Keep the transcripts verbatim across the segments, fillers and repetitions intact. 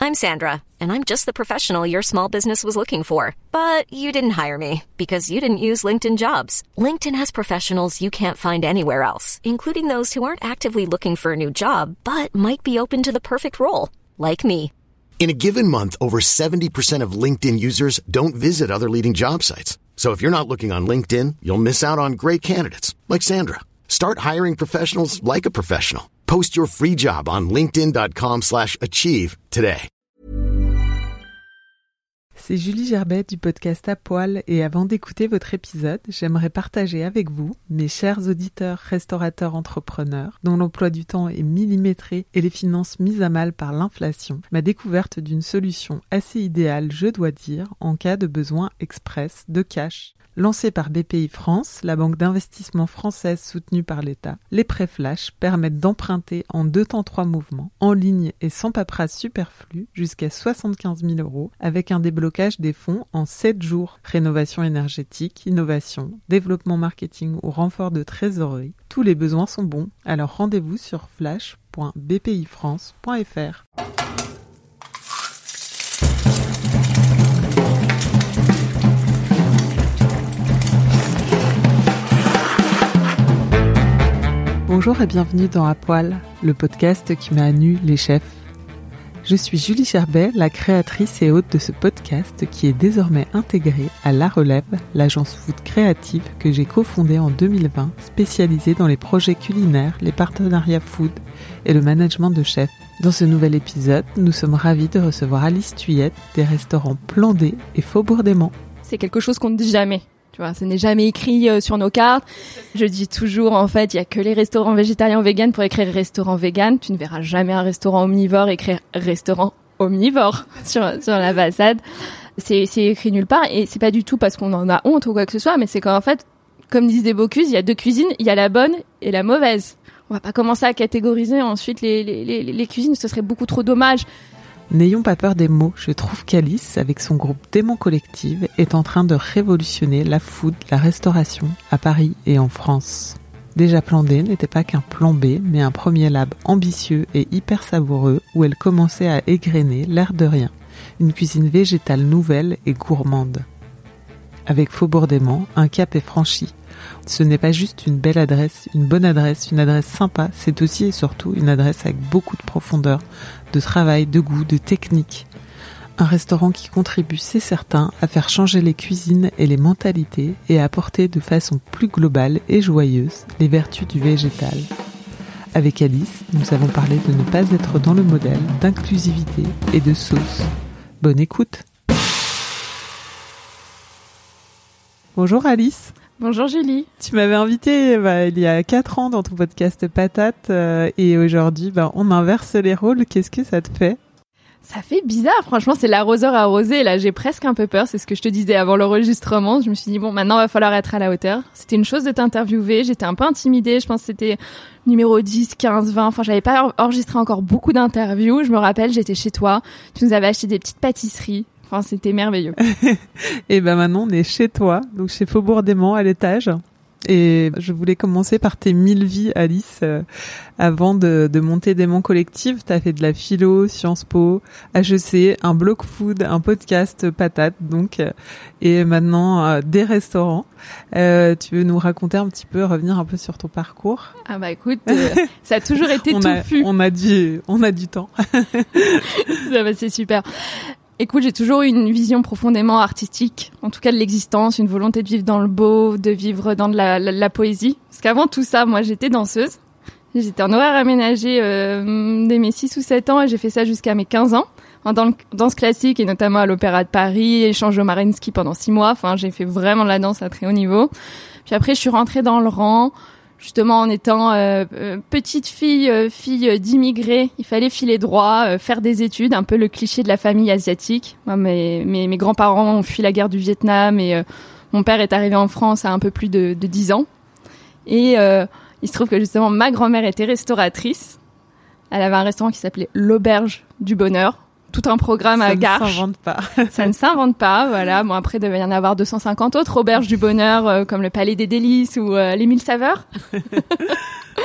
I'm Sandra, and I'm just the professional your small business was looking for. But you didn't hire me because you didn't use LinkedIn Jobs. LinkedIn has professionals you can't find anywhere else, including those who aren't actively looking for a new job, but might be open to the perfect role, like me. In a given month, over seventy percent of LinkedIn users don't visit other leading job sites. So if you're not looking on LinkedIn, you'll miss out on great candidates like Sandra. Start hiring professionals like a professional. Post your free job on linkedin.com slash achieve today. C'est Julie Gerbet du podcast À Poil et avant d'écouter votre épisode, j'aimerais partager avec vous, mes chers auditeurs, restaurateurs, entrepreneurs, dont l'emploi du temps est millimétré et les finances mises à mal par l'inflation, ma découverte d'une solution assez idéale, je dois dire, en cas de besoin express de cash. Lancée par B P I France, la banque d'investissement française soutenue par l'État, les prêts flash permettent d'emprunter en deux temps trois mouvements, en ligne et sans paperasse superflue, jusqu'à soixante-quinze mille euros, avec un déblocage des fonds en sept jours. Rénovation énergétique, innovation, développement marketing ou renfort de trésorerie, tous les besoins sont bons, alors rendez-vous sur flash point b p i france point f r. Bonjour et bienvenue dans À Poil, le podcast qui met à nu les chefs. Je suis Julie Gerbet, la créatrice et hôte de ce podcast qui est désormais intégré à La Relève, l'agence food créative que j'ai cofondée en deux mille vingt, spécialisée dans les projets culinaires, les partenariats food et le management de chefs. Dans ce nouvel épisode, nous sommes ravis de recevoir Alice Thuyette des restaurants Plan D et Faubourg d'Aimant. C'est quelque chose qu'on ne dit jamais. Tu vois, ce n'est jamais écrit euh, sur nos cartes. Je dis toujours, en fait, il y a que les restaurants végétariens ou véganes pour écrire restaurant vegan. Tu ne verras jamais un restaurant omnivore écrire restaurant omnivore sur sur la façade. C'est c'est écrit nulle part et c'est pas du tout parce qu'on en a honte ou quoi que ce soit, mais c'est qu'en fait, comme disent des Bocuse, il y a deux cuisines, il y a la bonne et la mauvaise. On va pas commencer à catégoriser ensuite les les les, les cuisines, ce serait beaucoup trop dommage. N'ayons pas peur des mots, je trouve qu'Alice, avec son groupe Démon Collective, est en train de révolutionner la food, la restauration, à Paris et en France. Déjà Plan D n'était pas qu'un plan B, mais un premier lab ambitieux et hyper savoureux où elle commençait à égrener, l'air de rien, une cuisine végétale nouvelle et gourmande. Avec Faubourg d'Aimant, un cap est franchi. Ce n'est pas juste une belle adresse, une bonne adresse, une adresse sympa, c'est aussi et surtout une adresse avec beaucoup de profondeur, de travail, de goût, de technique. Un restaurant qui contribue, c'est certain, à faire changer les cuisines et les mentalités et à apporter de façon plus globale et joyeuse les vertus du végétal. Avec Alice, nous avons parlé de ne pas être dans le modèle, d'inclusivité et de sauce. Bonne écoute. Bonjour Alice. Bonjour Julie. Tu m'avais invitée bah, il y a quatre ans dans ton podcast Patate euh, et aujourd'hui bah, on inverse les rôles. Qu'est-ce que ça te fait ? Ça fait bizarre, franchement c'est l'arroseur arrosé. Là j'ai presque un peu peur, c'est ce que je te disais avant l'enregistrement. Je me suis dit bon maintenant il va falloir être à la hauteur. C'était une chose de t'interviewer, j'étais un peu intimidée. Je pense que c'était numéro dix, quinze, vingt. Enfin j'avais pas enregistré encore beaucoup d'interviews. Je me rappelle j'étais chez toi, tu nous avais acheté des petites pâtisseries. Enfin, c'était merveilleux. Et ben maintenant, on est chez toi, donc chez Faubourg d'Aimant, à l'étage. Et je voulais commencer par tes mille vies, Alice. Euh, avant de, de monter Démon Collective, t'as fait de la philo, Sciences Po, H E C, un blog food, un podcast Patate, donc, euh, et maintenant euh, des restaurants. Euh, tu veux nous raconter un petit peu, revenir un peu sur ton parcours ? Ah bah écoute, euh, ça a toujours été on touffu. A, on a du, on a du temps. Ça va, c'est super. Écoute, j'ai toujours eu une vision profondément artistique, en tout cas de l'existence, une volonté de vivre dans le beau, de vivre dans de la, la, la poésie. Parce qu'avant tout ça, moi, j'étais danseuse. J'étais en horaire aménagé euh, dès mes six ou sept ans et j'ai fait ça jusqu'à mes quinze ans. En danse classique et notamment à l'Opéra de Paris, échange au Mariinsky pendant six mois. Enfin, j'ai fait vraiment de la danse à très haut niveau. Puis après, je suis rentrée dans le rang. Justement, en étant euh, euh, petite fille, euh, fille d'immigrés, il fallait filer droit, euh, faire des études, un peu le cliché de la famille asiatique. Moi, mes, mes, mes grands-parents ont fui la guerre du Vietnam et euh, mon père est arrivé en France à un peu plus de, de dix ans. Et euh, il se trouve que justement, ma grand-mère était restauratrice. Elle avait un restaurant qui s'appelait l'Auberge du Bonheur. Tout un programme à Garches. Ça ne s'invente pas. Ça ne s'invente pas, voilà. Bon, après, il devait y en avoir deux cent cinquante autres auberges du bonheur, euh, comme le Palais des Délices ou euh, les Mille Saveurs.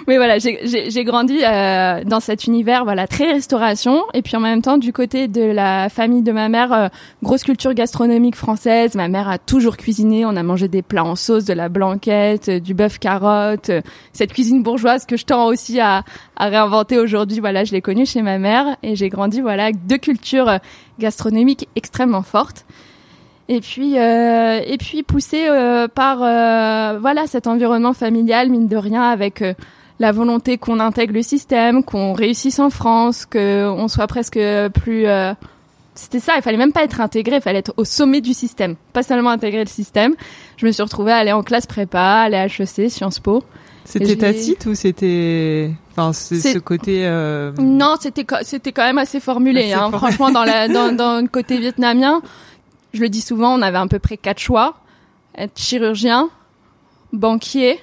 Mais voilà, j'ai, j'ai, j'ai grandi euh, dans cet univers, voilà, très restauration. Et puis en même temps, du côté de la famille de ma mère, euh, grosse culture gastronomique française. Ma mère a toujours cuisiné. On a mangé des plats en sauce, de la blanquette, euh, du bœuf carotte. Euh, cette cuisine bourgeoise que je tends aussi à, à réinventer aujourd'hui. Voilà, je l'ai connue chez ma mère et j'ai grandi, voilà, avec deux cultures gastronomiques extrêmement fortes. Et puis, euh, et puis poussé euh, par euh, voilà cet environnement familial, mine de rien, avec euh, la volonté qu'on intègre le système, qu'on réussisse en France, qu'on soit presque plus... Euh, c'était ça, il fallait même pas être intégré, il fallait être au sommet du système, pas seulement intégrer le système. Je me suis retrouvée à aller en classe prépa, aller à H E C, Sciences Po. C'était tacite ou c'était... Enfin, c'est, c'est... ce côté... Euh... Non, c'était, c'était quand même assez formulé. Assez hein. For... Franchement, dans, la, dans, dans le côté vietnamien... Je le dis souvent, on avait à peu près quatre choix. Être chirurgien, banquier,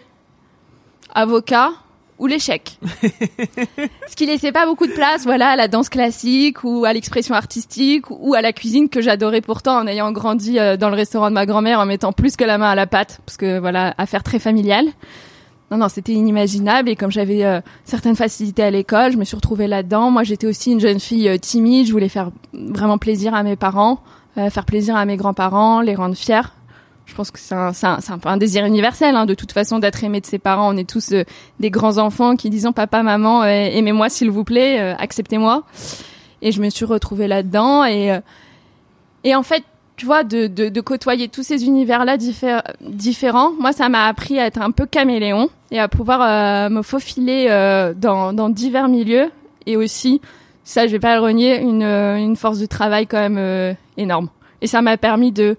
avocat ou l'échec. Ce qui laissait pas beaucoup de place, voilà, à la danse classique ou à l'expression artistique ou à la cuisine que j'adorais pourtant en ayant grandi dans le restaurant de ma grand-mère en mettant plus que la main à la pâte parce que voilà, affaire très familiale. Non, non, c'était inimaginable et comme j'avais euh, certaines facilités à l'école, je me suis retrouvée là-dedans. Moi, j'étais aussi une jeune fille euh, timide, je voulais faire vraiment plaisir à mes parents. Euh, faire plaisir à mes grands-parents, les rendre fiers. Je pense que c'est un, c'est un, c'est un peu un désir universel, hein, de toute façon, d'être aimé de ses parents. On est tous euh, des grands enfants qui disent « Papa, maman, euh, aimez-moi s'il vous plaît, euh, acceptez-moi ». Et je me suis retrouvée là-dedans. Et, euh, et en fait, tu vois, de, de, de côtoyer tous ces univers-là diffé- différents, moi, ça m'a appris à être un peu caméléon et à pouvoir euh, me faufiler euh, dans, dans divers milieux et aussi... Ça, je vais pas le renier, une, une force de travail quand même euh, énorme. Et ça m'a permis de,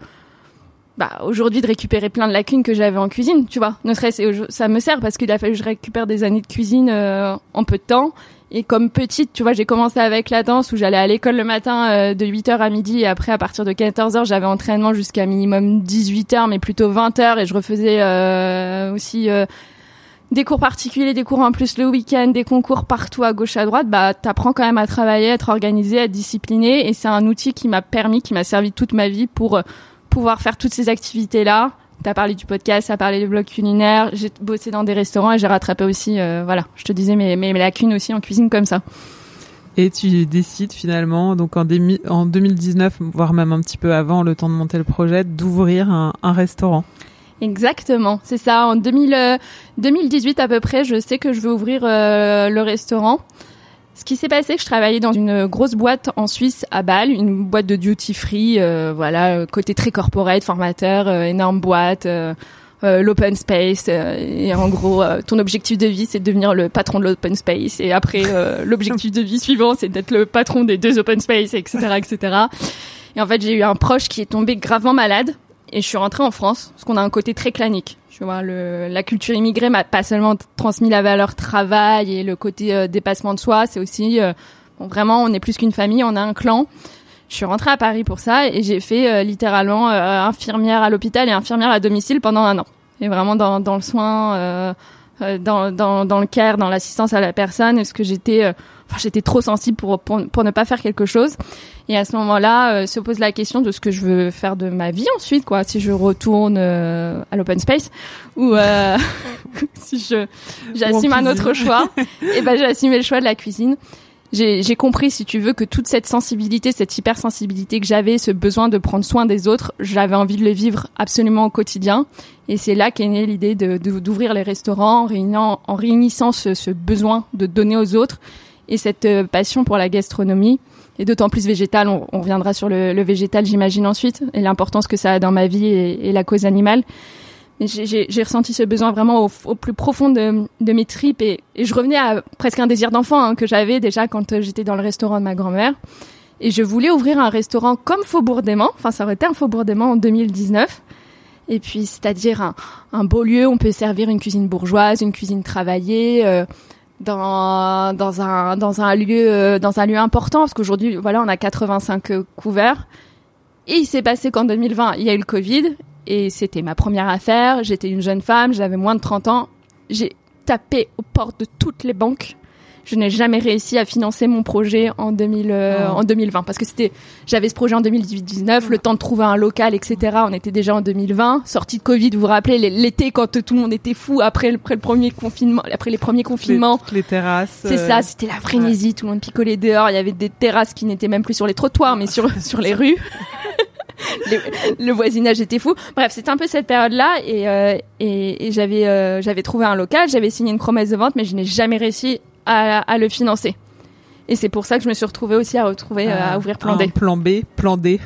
bah, aujourd'hui, de récupérer plein de lacunes que j'avais en cuisine, tu vois. Ne serait-ce, ça me sert parce qu'il a fallu que je récupère des années de cuisine euh, en peu de temps. Et comme petite, tu vois, j'ai commencé avec la danse où j'allais à l'école le matin euh, de huit heures à midi et après, à partir de quatorze heures, j'avais entraînement jusqu'à minimum dix-huit heures, mais plutôt vingt heures et je refaisais euh, aussi... Euh, des cours particuliers, des cours en plus le week-end, des concours partout à gauche à droite, bah t'apprends quand même à travailler, à être organisé, à être discipliné et c'est un outil qui m'a permis, qui m'a servi toute ma vie pour euh, pouvoir faire toutes ces activités-là. T'as parlé du podcast, t'as parlé du blog culinaire, j'ai bossé dans des restaurants et j'ai rattrapé aussi, euh, voilà, je te disais mes, mes, mes lacunes aussi en cuisine comme ça. Et tu décides finalement, donc en, démi- en deux mille dix-neuf, voire même un petit peu avant, le temps de monter le projet, d'ouvrir un, un restaurant. Exactement, c'est ça. En deux mille, euh, deux mille dix-huit à peu près, je sais que je veux ouvrir euh, le restaurant. Ce qui s'est passé, c'est que je travaillais dans une grosse boîte en Suisse à Bâle, une boîte de duty free, euh, voilà, côté très corporate, formateur, euh, énorme boîte, euh, euh, l'open space. Euh, et en gros, euh, ton objectif de vie, c'est de devenir le patron de l'open space. Et après, euh, l'objectif de vie suivant, c'est d'être le patron des deux open space, et cetera, et cetera. Et en fait, j'ai eu un proche qui est tombé gravement malade. Et je suis rentrée en France, parce qu'on a un côté très clanique. Tu vois, le, la culture immigrée m'a pas seulement transmis la valeur travail et le côté euh, dépassement de soi, c'est aussi, euh, bon, vraiment, on est plus qu'une famille, on a un clan. Je suis rentrée à Paris pour ça et j'ai fait euh, littéralement euh, infirmière à l'hôpital et infirmière à domicile pendant un an. Et vraiment dans, dans le soin, euh, euh, dans, dans, dans le care, dans l'assistance à la personne, parce que j'étais, euh, enfin, j'étais trop sensible pour, pour, pour ne pas faire quelque chose. Et à ce moment-là, euh, se pose la question de ce que je veux faire de ma vie ensuite, quoi. Si je retourne euh, à l'open space ou euh, si je j'assume un autre choix, et ben j'ai assumé le choix de la cuisine. J'ai, j'ai compris, si tu veux, que toute cette sensibilité, cette hypersensibilité que j'avais, ce besoin de prendre soin des autres, j'avais envie de le vivre absolument au quotidien. Et c'est là qu'est née l'idée de, de d'ouvrir les restaurants en réunissant, en réunissant ce, ce besoin de donner aux autres et cette euh, passion pour la gastronomie. Et d'autant plus végétal, on, on reviendra sur le, le végétal, j'imagine, ensuite, et l'importance que ça a dans ma vie et, et la cause animale. Et j'ai, j'ai, j'ai ressenti ce besoin vraiment au, au plus profond de, de mes tripes, et, et je revenais à presque un désir d'enfant hein, que j'avais déjà quand euh, j'étais dans le restaurant de ma grand-mère. Et je voulais ouvrir un restaurant comme Faubourg d'Aimant, enfin ça aurait été un Faubourg d'Aimant en deux mille dix-neuf. Et puis, c'est-à-dire un, un beau lieu, on peut servir une cuisine bourgeoise, une cuisine travaillée, euh, dans dans un dans un lieu dans un lieu important parce qu'aujourd'hui voilà on a quatre-vingt-cinq couverts et il s'est passé qu'en deux mille vingt il y a eu le Covid et c'était ma première affaire, j'étais une jeune femme, j'avais moins de trente ans, j'ai tapé aux portes de toutes les banques, je n'ai jamais réussi à financer mon projet en deux mille, euh, oh. en deux mille vingt parce que c'était, j'avais ce projet en deux mille dix-neuf, le temps de trouver un local, et cetera. On était déjà en deux mille vingt, sortie de Covid, vous vous rappelez l'été quand tout le monde était fou après, après le premier confinement, après les premiers confinements. Les, les terrasses. C'est euh... ça, c'était la frénésie, ouais. Tout le monde picolait dehors, il y avait des terrasses qui n'étaient même plus sur les trottoirs, mais sur sur les rues. Le, le voisinage était fou. Bref, c'était un peu cette période-là et, euh, et, et j'avais, euh, j'avais trouvé un local, j'avais signé une promesse de vente, mais je n'ai jamais réussi à, à le financer. Et c'est pour ça que je me suis retrouvée aussi à retrouver euh, à ouvrir Plan D. Plan B, Plan D.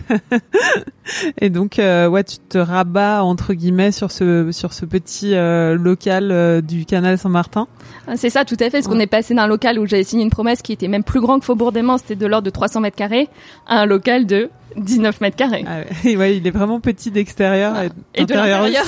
Et donc, euh, ouais, tu te rabats entre guillemets sur ce sur ce petit euh, local euh, du canal Saint-Martin. C'est ça, tout à fait. Parce ouais. qu'on est passé d'un local où j'avais signé une promesse qui était même plus grand que Faubourg-des-Mans, c'était de l'ordre de trois cents mètres carrés, à un local de dix-neuf mètres carrés. Ah ouais. Ouais, il est vraiment petit d'extérieur ah. et, et de l'intérieur.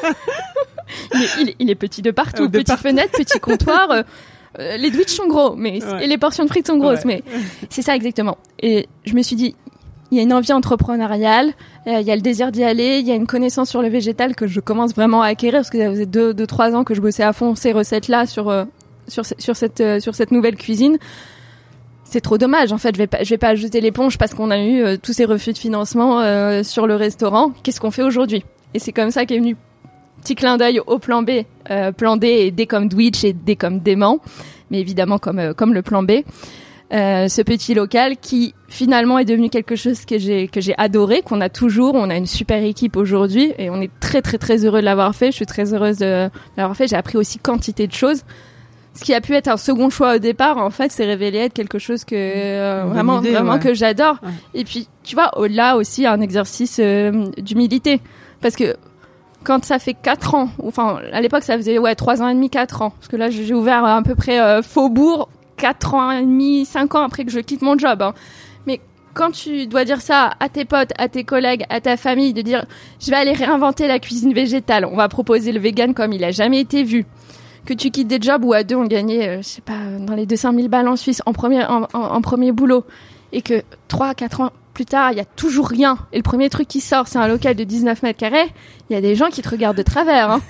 il, est, il, est, il est petit de partout, de petite partout. fenêtre, petit comptoir. Euh, euh, les Dwitch sont gros, mais ouais. et les portions de frites sont grosses, ouais. mais c'est ça exactement. Et je me suis dit, il y a une envie entrepreneuriale, il euh, y a le désir d'y aller, il y a une connaissance sur le végétal que je commence vraiment à acquérir parce que ça faisait deux, deux, trois ans que je bossais à fond ces recettes-là sur euh, sur sur cette euh, sur cette nouvelle cuisine. C'est trop dommage, en fait, je vais pas, je vais pas jeter l'éponge parce qu'on a eu euh, tous ces refus de financement euh, sur le restaurant. Qu'est-ce qu'on fait aujourd'hui ? Et c'est comme ça qu'est venu petit clin d'œil au plan B, euh, plan D et D comme Dwitch et D comme Dément, mais évidemment comme euh, comme le plan B. Euh, ce petit local qui finalement est devenu quelque chose que j'ai que j'ai adoré, qu'on a toujours. On a une super équipe aujourd'hui et on est très très très heureux de l'avoir fait. Je suis très heureuse de l'avoir fait. J'ai appris aussi quantité de choses. Ce qui a pu être un second choix au départ, en fait, c'est révélé être quelque chose que euh, vraiment, idée, vraiment ouais. que j'adore. Ouais. Et puis, tu vois, au-delà aussi un exercice euh, d'humilité, parce que quand ça fait quatre ans, enfin à l'époque ça faisait ouais trois ans et demi, quatre ans, parce que là j'ai ouvert à peu près euh, Faubourg quatre ans et demi, cinq ans après que je quitte mon job. Hein. Mais quand tu dois dire ça à tes potes, à tes collègues, à ta famille, de dire je vais aller réinventer la cuisine végétale, on va proposer le vegan comme il a jamais été vu. Que tu quittes des jobs où à deux on gagnait, euh, je sais pas, dans les deux cent mille balles en Suisse en premier, en, en, en premier boulot, et que trois, quatre ans plus tard, il y a toujours rien. Et le premier truc qui sort, c'est un local de dix-neuf mètres carrés. Il y a des gens qui te regardent de travers. Hein.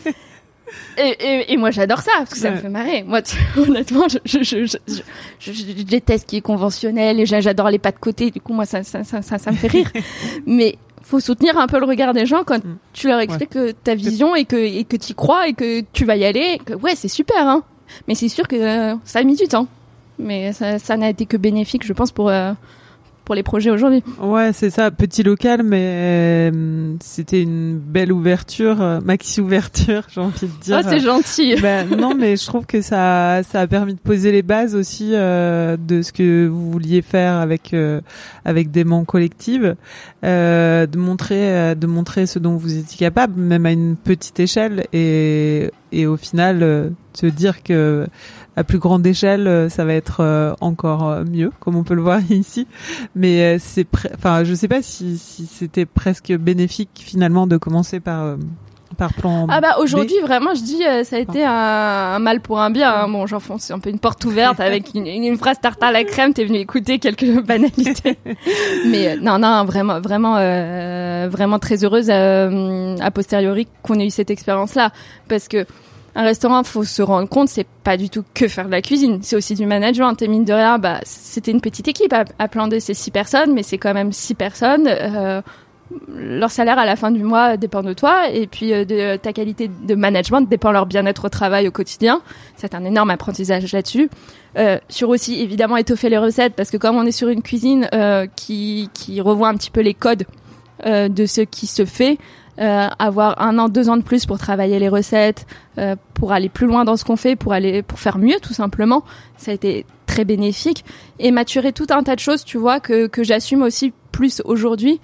et, et, et moi, j'adore ça parce que ça ouais. me fait marrer. Moi, tu, honnêtement, je, je, je, je, je, je, je déteste ce qui est conventionnel et j'adore les pas de côté. Du coup, moi, ça, ça, ça, ça, ça me fait rire. Mais faut soutenir un peu le regard des gens quand mmh. tu leur expliques ouais. que ta vision et que et que tu y crois et que tu vas y aller. Que, ouais, c'est super, hein. Mais c'est sûr que euh, ça a mis du temps. Mais ça, ça n'a été que bénéfique, je pense, pour euh, pour les projets aujourd'hui. Ouais, c'est ça, petit local, mais euh, c'était une belle ouverture, euh, maxi ouverture, j'ai envie de dire. Oh, c'est gentil. Ben non, mais je trouve que ça ça a permis de poser les bases aussi euh, de ce que vous vouliez faire avec euh, avec Dément Collective, euh, de montrer euh, de montrer ce dont vous étiez capable, même à une petite échelle, et et au final euh, se dire que à plus grande échelle, ça va être euh, encore mieux, comme on peut le voir ici. Mais euh, c'est, enfin, pre- je sais pas si, si c'était presque bénéfique finalement de commencer par euh, par plan. Ah bah aujourd'hui B. Vraiment, je dis, euh, ça a été un, un mal pour un bien. Hein. Bon, j'enfonce un peu une porte ouverte avec une, une, une phrase tarte à la crème. T'es venu écouter quelques banalités. Mais euh, non, non, vraiment, vraiment, euh, vraiment très heureuse euh, a posteriori qu'on ait eu cette expérience-là, parce que un restaurant, faut se rendre compte, c'est pas du tout que faire de la cuisine, c'est aussi du management. Et mine de rien, bah, c'était une petite équipe. À, à Plan D, c'est six personnes, mais c'est quand même six personnes. Euh, leur salaire à la fin du mois dépend de toi, et puis euh, de ta qualité de management dépend leur bien-être au travail au quotidien. C'est un énorme apprentissage là-dessus. Euh, sur aussi, évidemment, étoffer les recettes, parce que comme on est sur une cuisine euh, qui, qui revoit un petit peu les codes euh, de ce qui se fait, Euh, avoir un an, deux ans de plus pour travailler les recettes, euh, pour aller plus loin dans ce qu'on fait, pour aller, pour faire mieux tout simplement. Ça a été très bénéfique et maturer tout un tas de choses, tu vois, que que j'assume aussi plus aujourd'hui.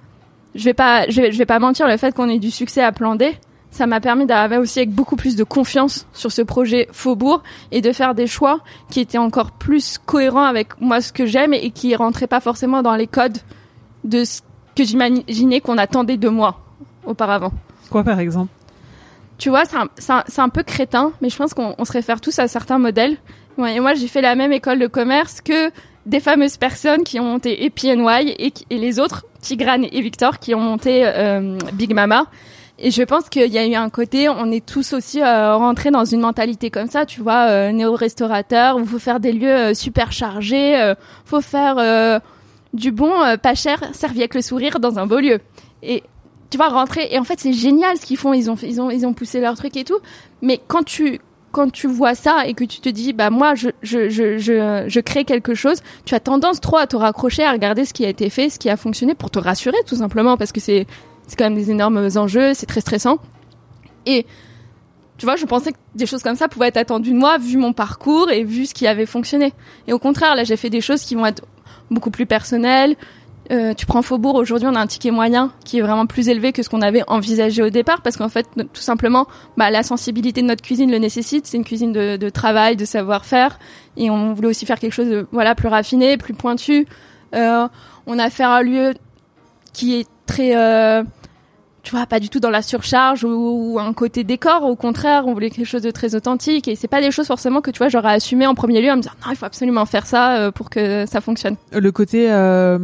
Je vais pas, je vais, je vais pas mentir, le fait qu'on ait du succès à Plan D, ça m'a permis d'arriver aussi avec beaucoup plus de confiance sur ce projet Faubourg et de faire des choix qui étaient encore plus cohérents avec moi, ce que j'aime, et qui rentraient pas forcément dans les codes de ce que j'imaginais qu'on attendait de moi auparavant. Quoi, par exemple ? Tu vois, c'est un, c'est, un, c'est un peu crétin, mais je pense qu'on on se réfère tous à certains modèles. Ouais, et moi, j'ai fait la même école de commerce que des fameuses personnes qui ont monté E P N Y et, et les autres, Tigrane et Victor, qui ont monté euh, Big Mama. Et je pense qu'il y a eu un côté, on est tous aussi euh, rentrés dans une mentalité comme ça, tu vois, euh, néo-restaurateur, où il faut faire des lieux euh, super chargés, euh, faut faire euh, du bon, euh, pas cher, servi avec le sourire dans un beau lieu. Et tu vois, rentrer, et en fait c'est génial ce qu'ils font, ils ont, ils ont, ils ont poussé leur truc et tout, mais quand tu... quand tu vois ça et que tu te dis bah moi je je je je je crée quelque chose, tu as tendance trop à te raccrocher à regarder ce qui a été fait, ce qui a fonctionné pour te rassurer tout simplement parce que c'est c'est quand même des énormes enjeux, c'est très stressant. Et tu vois, je pensais que des choses comme ça pouvaient être attendues de moi vu mon parcours et vu ce qui avait fonctionné. Et au contraire, là j'ai fait des choses qui vont être beaucoup plus personnelles. Euh, tu prends Faubourg, aujourd'hui on a un ticket moyen qui est vraiment plus élevé que ce qu'on avait envisagé au départ parce qu'en fait tout simplement bah, la sensibilité de notre cuisine le nécessite, c'est une cuisine de, de travail, de savoir-faire et on voulait aussi faire quelque chose de voilà plus raffiné, plus pointu. Euh, on a fait un lieu qui est très euh, tu vois, pas du tout dans la surcharge ou, ou un côté décor, au contraire, on voulait quelque chose de très authentique et c'est pas des choses forcément que tu vois, j'aurais assumé en premier lieu en me disant non, il faut absolument faire ça euh, pour que ça fonctionne. Le côté euh,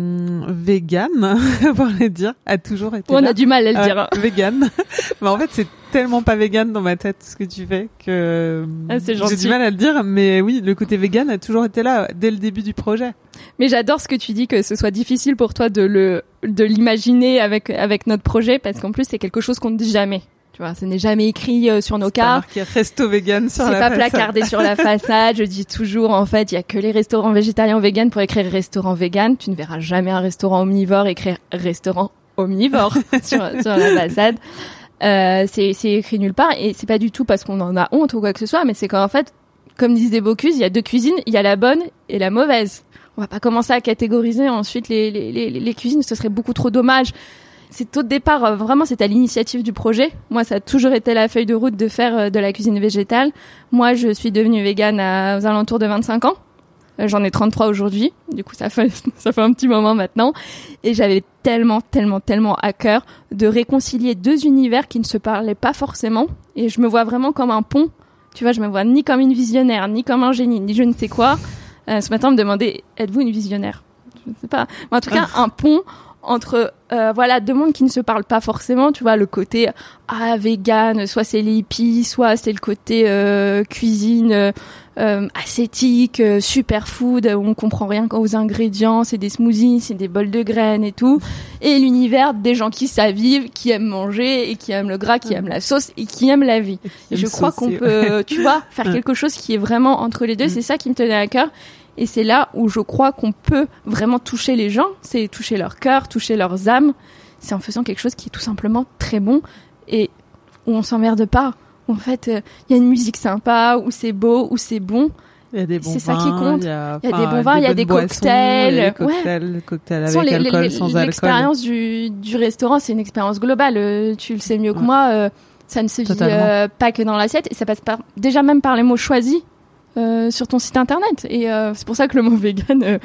vegan, pour le dire, a toujours été on là. a du mal à le euh, dire. Hein. Vegan. Mais en fait, c'est tellement pas vegan dans ma tête ce que tu fais que ah, c'est gentil. J'ai du mal à le dire, mais oui, le côté vegan a toujours été là dès le début du projet. Mais j'adore ce que tu dis, que ce soit difficile pour toi de le de l'imaginer avec avec notre projet, parce qu'en plus c'est quelque chose qu'on ne dit jamais. Tu vois, ce n'est jamais écrit euh, sur nos cartes. C'est pas marqué resto vegan sur la façade. C'est pas placardé sur la façade. Je dis toujours, en fait, il y a que les restaurants végétariens ou vegan pour écrire restaurant vegan. Tu ne verras jamais un restaurant omnivore écrire restaurant omnivore sur sur la façade. Euh, c'est c'est écrit nulle part et c'est pas du tout parce qu'on en a honte ou quoi que ce soit, mais c'est qu'en fait, comme disent des Bocuse, il y a deux cuisines, il y a la bonne et la mauvaise. On va pas commencer à catégoriser ensuite les, les, les, les cuisines, ce serait beaucoup trop dommage. C'est au départ, vraiment, c'est à l'initiative du projet. Moi, ça a toujours été la feuille de route de faire de la cuisine végétale. Moi, je suis devenue végane à, aux alentours de vingt-cinq ans. J'en ai trente-trois aujourd'hui. Du coup, ça fait, ça fait un petit moment maintenant. Et j'avais tellement, tellement, tellement à cœur de réconcilier deux univers qui ne se parlaient pas forcément. Et je me vois vraiment comme un pont. Tu vois, je me vois ni comme une visionnaire, ni comme un génie, ni je ne sais quoi. Euh, ce matin, on me demandait, êtes-vous une visionnaire? Je ne sais pas. Mais en tout cas, un pont entre euh, voilà deux mondes qui ne se parlent pas forcément, tu vois, le côté ah vegan, soit c'est les hippies, soit c'est le côté euh, cuisine euh, euh, ascétique, euh, superfood, où on comprend rien aux ingrédients, c'est des smoothies, c'est des bols de graines et tout, et l'univers des gens qui savent vivre, qui aiment manger et qui aiment le gras, qui aiment la sauce et qui aiment la vie. Et, et je crois qu'on ouais. peut, tu vois, faire quelque chose qui est vraiment entre les deux. Mm. C'est ça qui me tenait à cœur. Et c'est là où je crois qu'on peut vraiment toucher les gens, c'est toucher leur cœur, toucher leurs âmes. C'est en faisant quelque chose qui est tout simplement très bon et où on s'emmerde pas. Où en fait, il euh, y a une musique sympa, où c'est beau, où c'est bon. Il y a des bons c'est vins, ça qui compte. Il y a, y a des bons vins, il y a des boissons, cocktails. Il y a des cocktails, ouais. cocktails avec les, alcool, les, sans l'expérience alcool. L'expérience du, du restaurant, c'est une expérience globale. Euh, tu le sais mieux que ouais. moi. Euh, ça ne se vit euh, pas que dans l'assiette et ça passe par, déjà même par les mots choisis. Euh, sur ton site internet et euh, c'est pour ça que le mot vegan euh,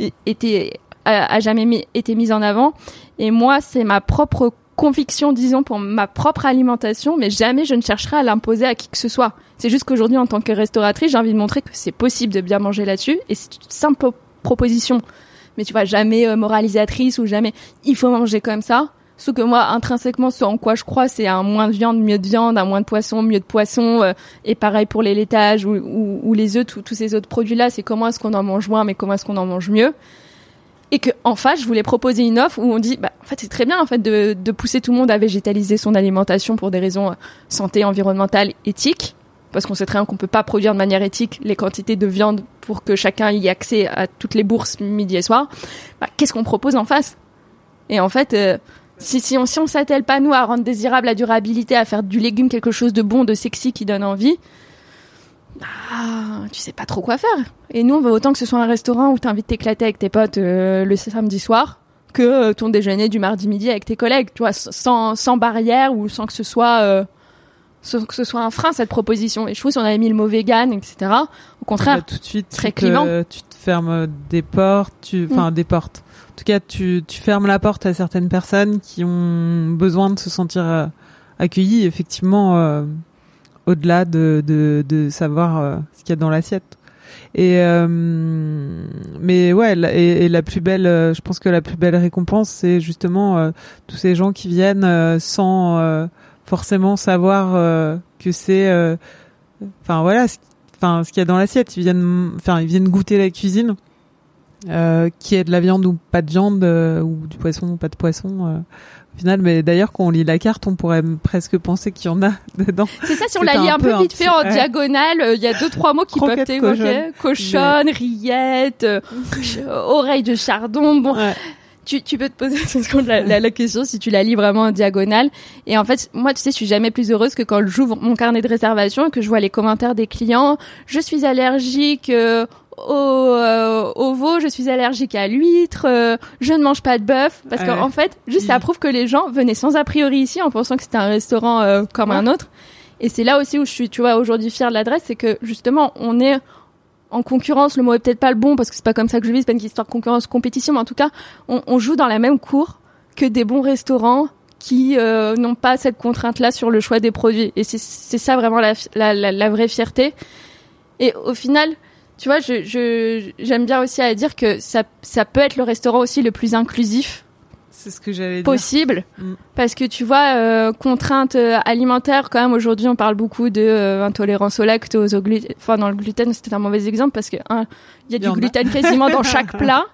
était a, a jamais mis, été mis en avant et moi c'est ma propre conviction disons pour ma propre alimentation mais jamais je ne chercherai à l'imposer à qui que ce soit. C'est juste qu'aujourd'hui en tant que restauratrice j'ai envie de montrer que c'est possible de bien manger là-dessus et c'est une simple proposition mais tu vois jamais euh, moralisatrice ou jamais il faut manger comme ça. Sauf que moi, intrinsèquement, ce en quoi je crois, c'est un moins de viande, mieux de viande, un moins de poisson, mieux de poisson, euh, et pareil pour les laitages ou, ou, ou les œufs, tous ces autres produits-là, c'est comment est-ce qu'on en mange moins, mais comment est-ce qu'on en mange mieux. Et que, en face, je voulais proposer une offre où on dit, bah, en fait, c'est très bien, en fait, de, de pousser tout le monde à végétaliser son alimentation pour des raisons euh, santé, environnementale, éthique. Parce qu'on sait très bien qu'on peut pas produire de manière éthique les quantités de viande pour que chacun y ait accès à toutes les bourses midi et soir. Bah, qu'est-ce qu'on propose en face? Et en fait, euh, Si, si on si on s'attelle pas, nous, à rendre désirable la durabilité, à faire du légume quelque chose de bon, de sexy, qui donne envie, ah, tu sais pas trop quoi faire. Et nous, on veut autant que ce soit un restaurant où t'invites t'éclater avec tes potes euh, le samedi soir que euh, ton déjeuner du mardi midi avec tes collègues, tu vois, sans, sans barrière ou sans que ce soit... Euh, sans que ce soit un frein, cette proposition. Et je trouve si on avait mis le mot vegan, et cetera, au contraire, bah, tout de suite, très tu te, clivant. Tu te fermes des portes, tu, enfin, mm. des portes. En tout cas, tu, tu fermes la porte à certaines personnes qui ont besoin de se sentir euh, accueillies, effectivement, euh, au-delà de, de, de savoir euh, ce qu'il y a dans l'assiette. Et euh, mais ouais, la, et, et la plus belle, euh, je pense que la plus belle récompense, c'est justement euh, tous ces gens qui viennent euh, sans euh, forcément savoir euh, que c'est, enfin euh, voilà, enfin ce qu'il y a dans l'assiette. Ils viennent, enfin ils viennent goûter la cuisine, euh, qui est de la viande ou pas de viande, euh, ou du poisson ou pas de poisson. Euh, Au final, mais d'ailleurs, quand on lit la carte, on pourrait presque penser qu'il y en a dedans. C'est ça, si on la lit un peu vite fait en ouais. diagonale, il euh, y a deux, trois mots qui Croquette peuvent t'évoquer. Cochonne, mais... rillette, euh, oreille de chardon. Bon, ouais. tu, tu peux te poser la, la, la question si tu la lis vraiment en diagonale. Et en fait, moi, tu sais, je suis jamais plus heureuse que quand j'ouvre mon carnet de réservation et que je vois les commentaires des clients. Je suis allergique euh, au, euh, au veau, je suis allergique à l'huître, euh, je ne mange pas de bœuf, parce ouais. qu'en fait, juste ça prouve que les gens venaient sans a priori ici en pensant que c'était un restaurant euh, comme ouais. un autre. Et c'est là aussi où je suis, tu vois, aujourd'hui fière de l'adresse, c'est que justement, on est en concurrence. Le mot est peut-être pas le bon parce que c'est pas comme ça que je vis, c'est pas une histoire de concurrence, compétition, mais en tout cas, on, on joue dans la même cour que des bons restaurants qui euh, n'ont pas cette contrainte-là sur le choix des produits. Et c'est, c'est ça vraiment la, la, la, la vraie fierté. Et au final, tu vois, je, je, j'aime bien aussi à dire que ça, ça peut être le restaurant aussi le plus inclusif. C'est ce que j'allais possible, dire. Mm. Parce que tu vois, euh, contraintes euh, alimentaires, quand même, aujourd'hui, on parle beaucoup de euh, intolérance au lactose, au gluten. Enfin, dans le gluten, c'était un mauvais exemple parce que hein, il y a du gluten quasiment dans chaque plat.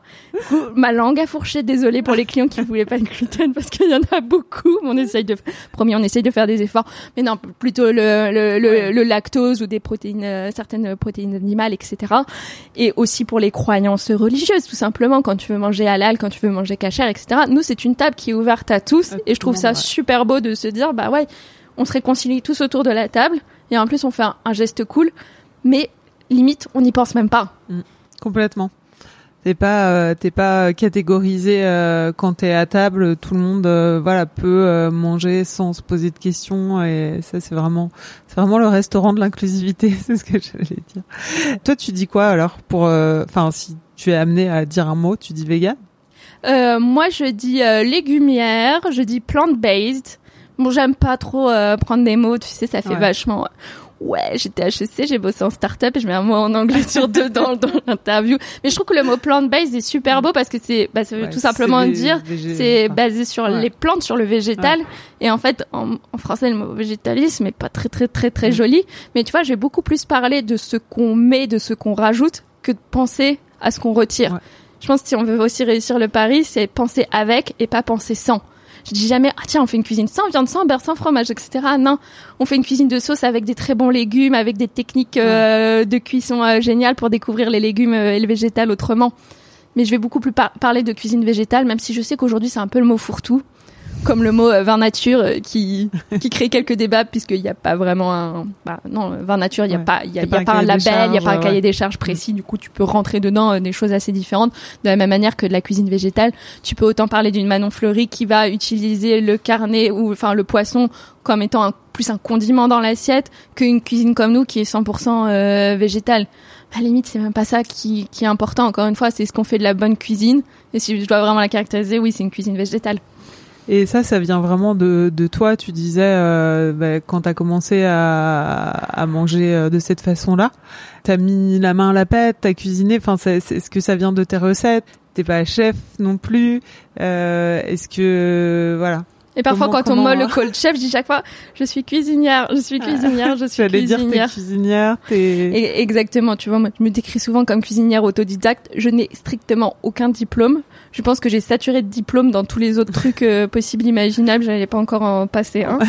Ma langue a fourché, désolée pour les clients qui voulaient pas de gluten parce qu'il y en a beaucoup. On essaye de, promis, on essaye de faire des efforts. Mais non, plutôt le, le, le, ouais. le lactose ou des protéines, euh, certaines protéines animales, et cetera. Et aussi pour les croyances religieuses, tout simplement. Quand tu veux manger halal, quand tu veux manger kasher, et cetera. Nous, c'est une table qui est ouverte à tous. Et je trouve ça ouais. super beau de se dire, bah ouais, on se réconcilie tous autour de la table. Et en plus, on fait un, un geste cool. Mais limite, on n'y pense même pas. Mmh. Complètement. T'es pas, euh, t'es pas catégorisé euh, quand t'es à table. Tout le monde, euh, voilà, peut euh, manger sans se poser de questions. Et ça, c'est vraiment, c'est vraiment le restaurant de l'inclusivité. C'est ce que j'allais dire. Toi, tu dis quoi alors pour, enfin, euh, si tu es amené à dire un mot, tu dis vegan? Euh, moi, je dis euh, légumière. Je dis plant-based. Bon, j'aime pas trop euh, prendre des mots. Tu sais, ça fait ouais. vachement. Ouais, j'étais H E C, j'ai bossé en start-up et je mets un mot en anglais sur deux dans, dans l'interview. Mais je trouve que le mot plant-based est super beau parce que c'est, bah, ça veut ouais, tout simplement c'est dire, végé... c'est basé sur ouais. les plantes, sur le végétal. Ouais. Et en fait, en, en français, le mot végétalisme est pas très, très, très, très mmh. joli. Mais tu vois, je vais beaucoup plus parler de ce qu'on met, de ce qu'on rajoute que de penser à ce qu'on retire. Ouais. Je pense que si on veut aussi réussir le pari, c'est penser avec et pas penser sans. Je dis jamais, ah tiens, on fait une cuisine sans viande, sans beurre, sans fromage, et cetera. Non, on fait une cuisine de sauce avec des très bons légumes, avec des techniques euh, de cuisson euh, géniales pour découvrir les légumes euh, et le végétal autrement. Mais je vais beaucoup plus par- parler de cuisine végétale, même si je sais qu'aujourd'hui c'est un peu le mot fourre-tout, comme le mot euh, vin nature euh, qui qui crée quelques débats puisqu'il n'y a pas vraiment un, bah non, vin nature, il n'y a ouais. pas, il y a, y a, y a pas un label, il n'y a pas un cahier ouais. des charges précis. Du coup, tu peux rentrer dedans euh, des choses assez différentes. De la même manière que de la cuisine végétale, tu peux autant parler d'une Manon Fleury qui va utiliser le carnet ou enfin le poisson comme étant un, plus un condiment dans l'assiette qu'une cuisine comme nous qui est cent pour cent euh, végétale. À la limite, c'est même pas ça qui, qui est important. Encore une fois, c'est ce qu'on fait de la bonne cuisine. Et si je dois vraiment la caractériser, oui, c'est une cuisine végétale. Et ça, ça vient vraiment de, de toi. Tu disais, euh, bah, quand t'as commencé à, à manger de cette façon-là, t'as mis la main à la pâte, t'as cuisiné. Enfin, c'est, c'est, est-ce que ça vient de tes recettes? T'es pas chef non plus. Euh, est-ce que, voilà. Et parfois, comment, quand comment, on molle le call chef, je dis chaque fois, je suis cuisinière, je suis cuisinière, je suis J'allais cuisinière. dire, t'es cuisinière, t'es... Et exactement, tu vois, moi, je me décris souvent comme cuisinière autodidacte. Je n'ai strictement aucun diplôme. Je pense que j'ai saturé de diplômes dans tous les autres trucs euh, possibles, imaginables. J'allais pas encore en passer un.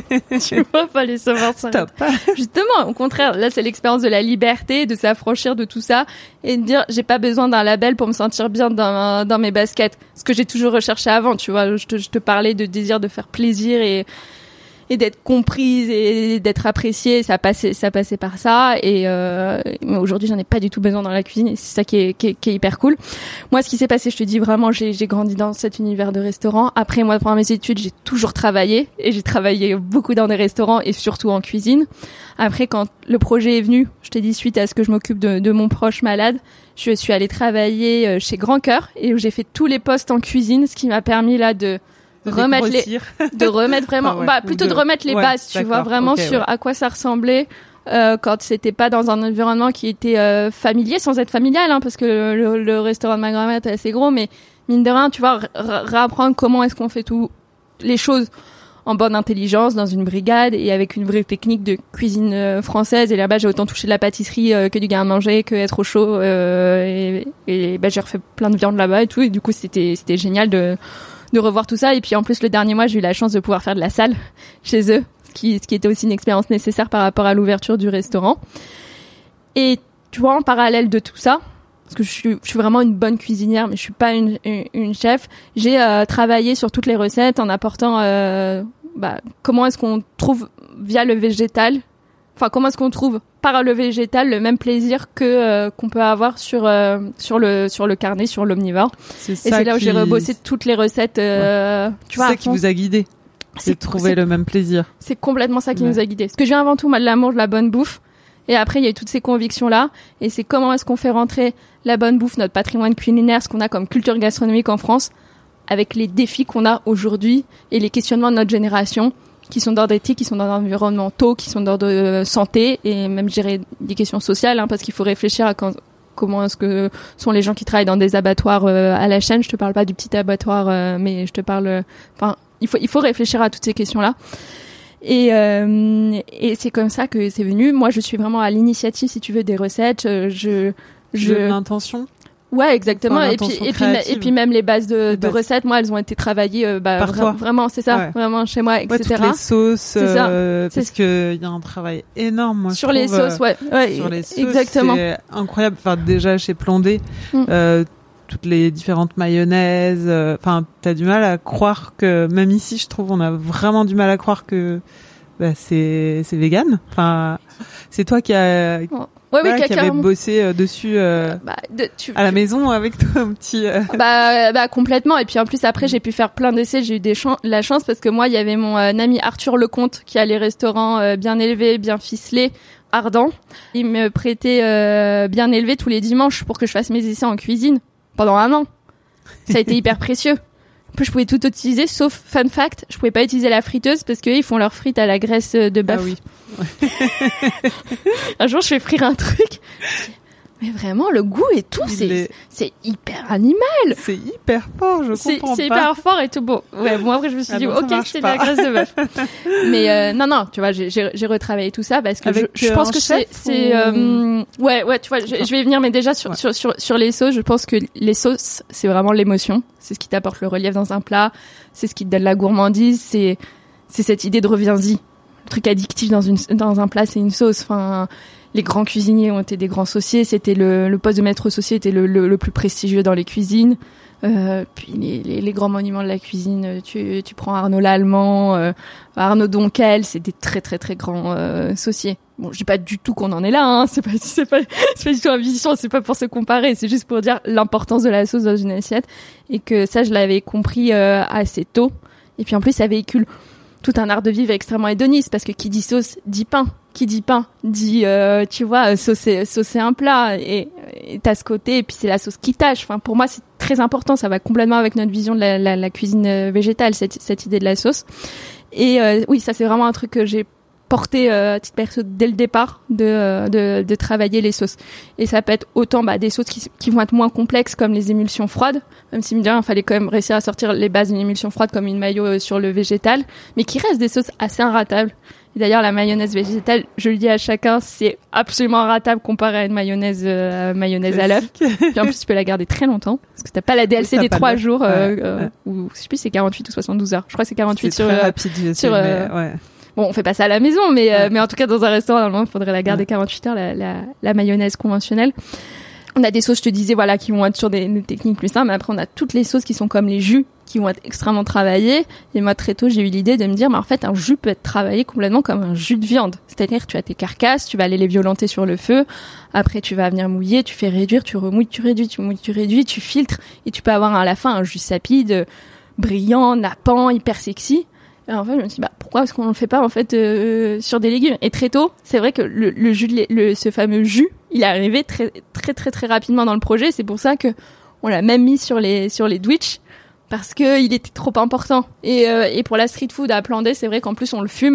Tu vois, fallait savoir ça. Stop. Justement, au contraire, là, c'est l'expérience de la liberté, de s'affranchir de tout ça et de dire, j'ai pas besoin d'un label pour me sentir bien dans, dans mes baskets. Ce que j'ai toujours recherché avant, tu vois. Je te, je te parlais de désir de faire plaisir et et d'être comprise et d'être appréciée, ça passait ça passait par ça et euh, mais aujourd'hui j'en ai pas du tout besoin dans la cuisine et c'est ça qui est, qui est qui est hyper cool. Moi ce qui s'est passé, je te dis vraiment, j'ai j'ai grandi dans cet univers de restaurant. Après moi pendant mes études, j'ai toujours travaillé et j'ai travaillé beaucoup dans des restaurants et surtout en cuisine. Après quand le projet est venu, je t'ai dit suite à ce que je m'occupe de de mon proche malade, je suis allée travailler chez Grand Cœur et j'ai fait tous les postes en cuisine, ce qui m'a permis là de De remettre les, de remettre vraiment, ah ouais, bah, plutôt de, de remettre les ouais, bases, tu vois, vraiment okay, sur ouais. à quoi ça ressemblait, euh, quand c'était pas dans un environnement qui était euh, familier, sans être familial, hein, parce que le, le, le restaurant de ma grand-mère était assez gros, mais mine de rien, tu vois, r- réapprendre comment est-ce qu'on fait tout les choses en bonne intelligence dans une brigade et avec une vraie technique de cuisine euh, française. Et là-bas, j'ai autant touché de la pâtisserie euh, que du garde-manger, que être au chaud. Euh, et et bah, j'ai refait plein de viande là-bas et tout. Et du coup, c'était c'était génial de de revoir tout ça. Et puis en plus, le dernier mois, j'ai eu la chance de pouvoir faire de la salle chez eux, ce qui ce qui était aussi une expérience nécessaire par rapport à l'ouverture du restaurant. Et tu vois, en parallèle de tout ça, parce que je suis, je suis vraiment une bonne cuisinière, mais je suis pas une, une, une chef. J'ai euh, travaillé sur toutes les recettes en apportant, euh, bah, comment est-ce qu'on trouve via le végétal, enfin comment est-ce qu'on trouve par le végétal le même plaisir que euh, qu'on peut avoir sur euh, sur le sur le carné, sur l'omnivore. C'est Et ça c'est là où qui... j'ai rebossé toutes les recettes. Euh, ouais. Tu vois, c'est ça qui vous a guidé. C'est de trouver le même plaisir. C'est complètement ça qui ouais. nous a guidés. Parce que j'ai avant tout moi de l'amour de la bonne bouffe. Et après, il y a eu toutes ces convictions-là. Et c'est comment est-ce qu'on fait rentrer la bonne bouffe, notre patrimoine culinaire, ce qu'on a comme culture gastronomique en France, avec les défis qu'on a aujourd'hui et les questionnements de notre génération, qui sont d'ordre éthique, qui sont d'ordre environnementaux, qui sont d'ordre de santé, et même gérer des questions sociales, hein, parce qu'il faut réfléchir à quand, comment est-ce que sont les gens qui travaillent dans des abattoirs euh, à la chaîne. Je te parle pas du petit abattoir, euh, mais je te parle... Enfin, euh, il faut, il faut réfléchir à toutes ces questions-là. Et, euh, et c'est comme ça que c'est venu. Moi, je suis vraiment à l'initiative, si tu veux, des recettes. Je, je. De l'intention. Ouais, exactement. Enfin, et puis, et puis, et puis même les bases de, les de bases. recettes, moi, elles ont été travaillées, euh, bah, par toi. Vra- vraiment, c'est ça, ouais. vraiment chez moi, et cetera. Ouais, toutes les sauces, c'est ça. Euh, c'est parce que il y a un travail énorme, moi, sur je les trouve, sauces, ouais, ouais, sur les sauces, exactement. C'est incroyable. Enfin, déjà chez Plandé, mm. euh, toutes les différentes mayonnaises. Enfin, euh, t'as du mal à croire que, même ici, je trouve, on a vraiment du mal à croire que. Bah, c'est c'est vegan. Enfin, c'est toi qui a oh. ouais, voilà, oui, qui avait bossé euh, dessus euh, bah, de, tu, à la tu... maison avec toi un petit. Euh... Bah bah complètement. Et puis en plus après j'ai pu faire plein d'essais. J'ai eu des chan- la chance parce que moi il y avait mon euh, ami Arthur Lecomte qui a les restaurants euh, bien élevés, bien ficelés, ardents. Il me prêtait euh, bien élevé tous les dimanches pour que je fasse mes essais en cuisine pendant un an. Ça a été hyper précieux. En plus, je pouvais tout utiliser, sauf, fun fact, je pouvais pas utiliser la friteuse parce qu'eux, ils font leurs frites à la graisse de bœuf. Ah oui. Ouais. Un jour, je fais frire un truc. Mais vraiment, le goût et tout, c'est, est... c'est hyper animal. C'est hyper fort, je c'est, comprends c'est pas. C'est hyper fort et tout. Bon, ouais, bon, après, je me suis ah dit, bon, ok, c'est de la graisse de bœuf. Mais, euh, non, non, tu vois, j'ai, j'ai, j'ai retravaillé tout ça parce que je, je pense que c'est, c'est, ou... euh, ouais, ouais, tu vois, je, je vais y venir, mais déjà, sur, ouais. sur, sur, sur les sauces, je pense que les sauces, c'est vraiment l'émotion. C'est ce qui t'apporte le relief dans un plat. C'est ce qui te donne la gourmandise. C'est, c'est cette idée de reviens-y. Le truc addictif dans une, dans un plat, c'est une sauce. Enfin, les grands cuisiniers ont été des grands sauciers. C'était le, le poste de maître saucier était le, le, le plus prestigieux dans les cuisines. Euh, puis les, les, les grands monuments de la cuisine, tu, tu prends Arnaud Lallemand, euh, Arnaud Donquel, c'est des très très très grands euh, sauciers. Bon, je dis pas du tout qu'on en est là, hein. C'est pas, c'est pas, c'est pas du tout ambition, c'est pas pour se comparer, c'est juste pour dire l'importance de la sauce dans une assiette et que ça, je l'avais compris euh, assez tôt. Et puis en plus, ça véhicule tout un art de vivre extrêmement hédoniste parce que qui dit sauce dit pain. Qui dit pain dit, euh, tu vois, saucer, saucer un plat et, et t'as ce côté et puis c'est la sauce qui tâche. Enfin, pour moi, c'est très important. Ça va complètement avec notre vision de la, la, la cuisine végétale, cette, cette idée de la sauce. Et euh, oui, ça c'est vraiment un truc que j'ai porté euh, à titre perso dès le départ de, euh, de de travailler les sauces. Et ça peut être autant bah, des sauces qui, qui vont être moins complexes comme les émulsions froides, même si me dirait il fallait quand même réussir à sortir les bases d'une émulsion froide comme une mayo euh, sur le végétal, mais qui restent des sauces assez inratables. Et d'ailleurs, la mayonnaise végétale, je le dis à chacun, c'est absolument inratable comparé à une mayonnaise euh, mayonnaise à l'œuf. Puis en plus, tu peux la garder très longtemps parce que t'as pas la D L C oui, des trois jours euh, ouais, euh, ouais. ou je sais plus c'est quarante-huit ou soixante-douze heures. Je crois que c'est quarante-huit c'est sur très euh, rapide, je sais, sur euh, mais, ouais. Bon, on fait pas ça à la maison, mais ouais. euh, mais en tout cas dans un restaurant, normalement, il faudrait la garder ouais. quarante-huit heures la, la la mayonnaise conventionnelle. On a des sauces, je te disais, voilà, qui vont être sur des, des techniques plus simples. Mais après, on a toutes les sauces qui sont comme les jus, qui vont être extrêmement travaillées. Et moi, très tôt, j'ai eu l'idée de me dire, mais en fait, un jus peut être travaillé complètement comme un jus de viande. C'est-à-dire, tu as tes carcasses, tu vas aller les violenter sur le feu. Après, tu vas venir mouiller, tu fais réduire, tu remouilles, tu réduis, tu mouilles, tu réduis, tu filtres. Et tu peux avoir à la fin un jus sapide, brillant, nappant, hyper sexy. Et en fait, je me suis dit, bah, pourquoi est-ce qu'on le fait pas, en fait, euh, sur des légumes? Et très tôt, c'est vrai que le, le jus, de, le, ce fameux jus, il est arrivé très, très, très, très rapidement dans le projet. C'est pour ça que on l'a même mis sur les, sur les Dwitch. Parce que il était trop important. Et, euh, et pour la street food à Plandé, c'est vrai qu'en plus, on le fume. Parce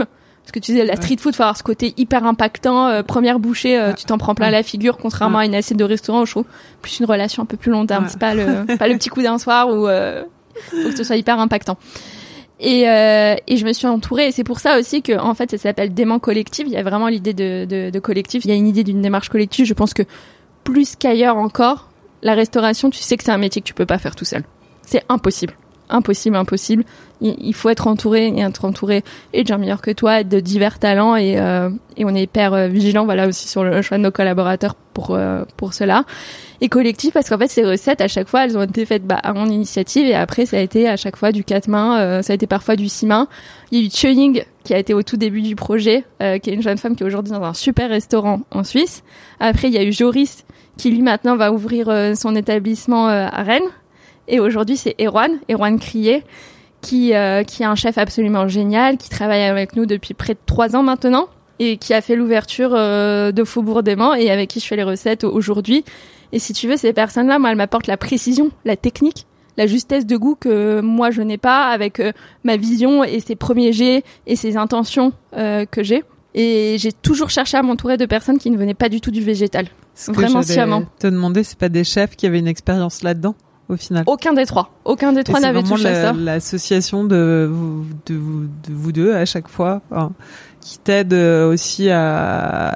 ce que tu disais, la street food, faut avoir ce côté hyper impactant. Euh, première bouchée, euh, tu t'en prends plein ouais. la figure, contrairement ouais. à une assiette de restaurant où je trouve plus une relation un peu plus long terme. Ouais. C'est pas le, pas le petit coup d'un soir où euh, faut que ce soit hyper impactant. Et, euh, et je me suis entourée, et c'est pour ça aussi que, en fait, ça s'appelle Dément Collective. Il y a vraiment l'idée de, de, de collectif. Il y a une idée d'une démarche collective. Je pense que plus qu'ailleurs encore, la restauration, tu sais que c'est un métier que tu peux pas faire tout seul. C'est impossible. Impossible, impossible. Il faut être entouré et être entouré et de gens meilleurs que toi, de divers talents et, euh, et on est hyper euh, vigilant, voilà, aussi sur le choix de nos collaborateurs pour euh, pour cela. Et collectif parce qu'en fait ces recettes à chaque fois elles ont été faites bah, à mon initiative et après ça a été à chaque fois du quatre mains, euh, ça a été parfois du six mains. Il y a eu Chewing qui a été au tout début du projet, euh, qui est une jeune femme qui est aujourd'hui dans un super restaurant en Suisse. Après il y a eu Joris qui lui maintenant va ouvrir euh, son établissement euh, à Rennes. Et aujourd'hui, c'est Erwan, Erwan Crier, qui, euh, qui est un chef absolument génial, qui travaille avec nous depuis près de trois ans maintenant, et qui a fait l'ouverture euh, de Faubourg Dément, et avec qui je fais les recettes aujourd'hui. Et si tu veux, ces personnes-là, moi, elles m'apportent la précision, la technique, la justesse de goût que moi, je n'ai pas, avec euh, ma vision et ses premiers jets et ses intentions euh, que j'ai. Et j'ai toujours cherché à m'entourer de personnes qui ne venaient pas du tout du végétal. Ce Vraiment que sciemment. Te demander, c'est pas des chefs qui avaient une expérience là-dedans? Au final. Aucun des trois. Aucun des trois n'avait touché la, à ça. L'association de vous, de, vous, de vous deux à chaque fois, enfin, qui t'aide aussi à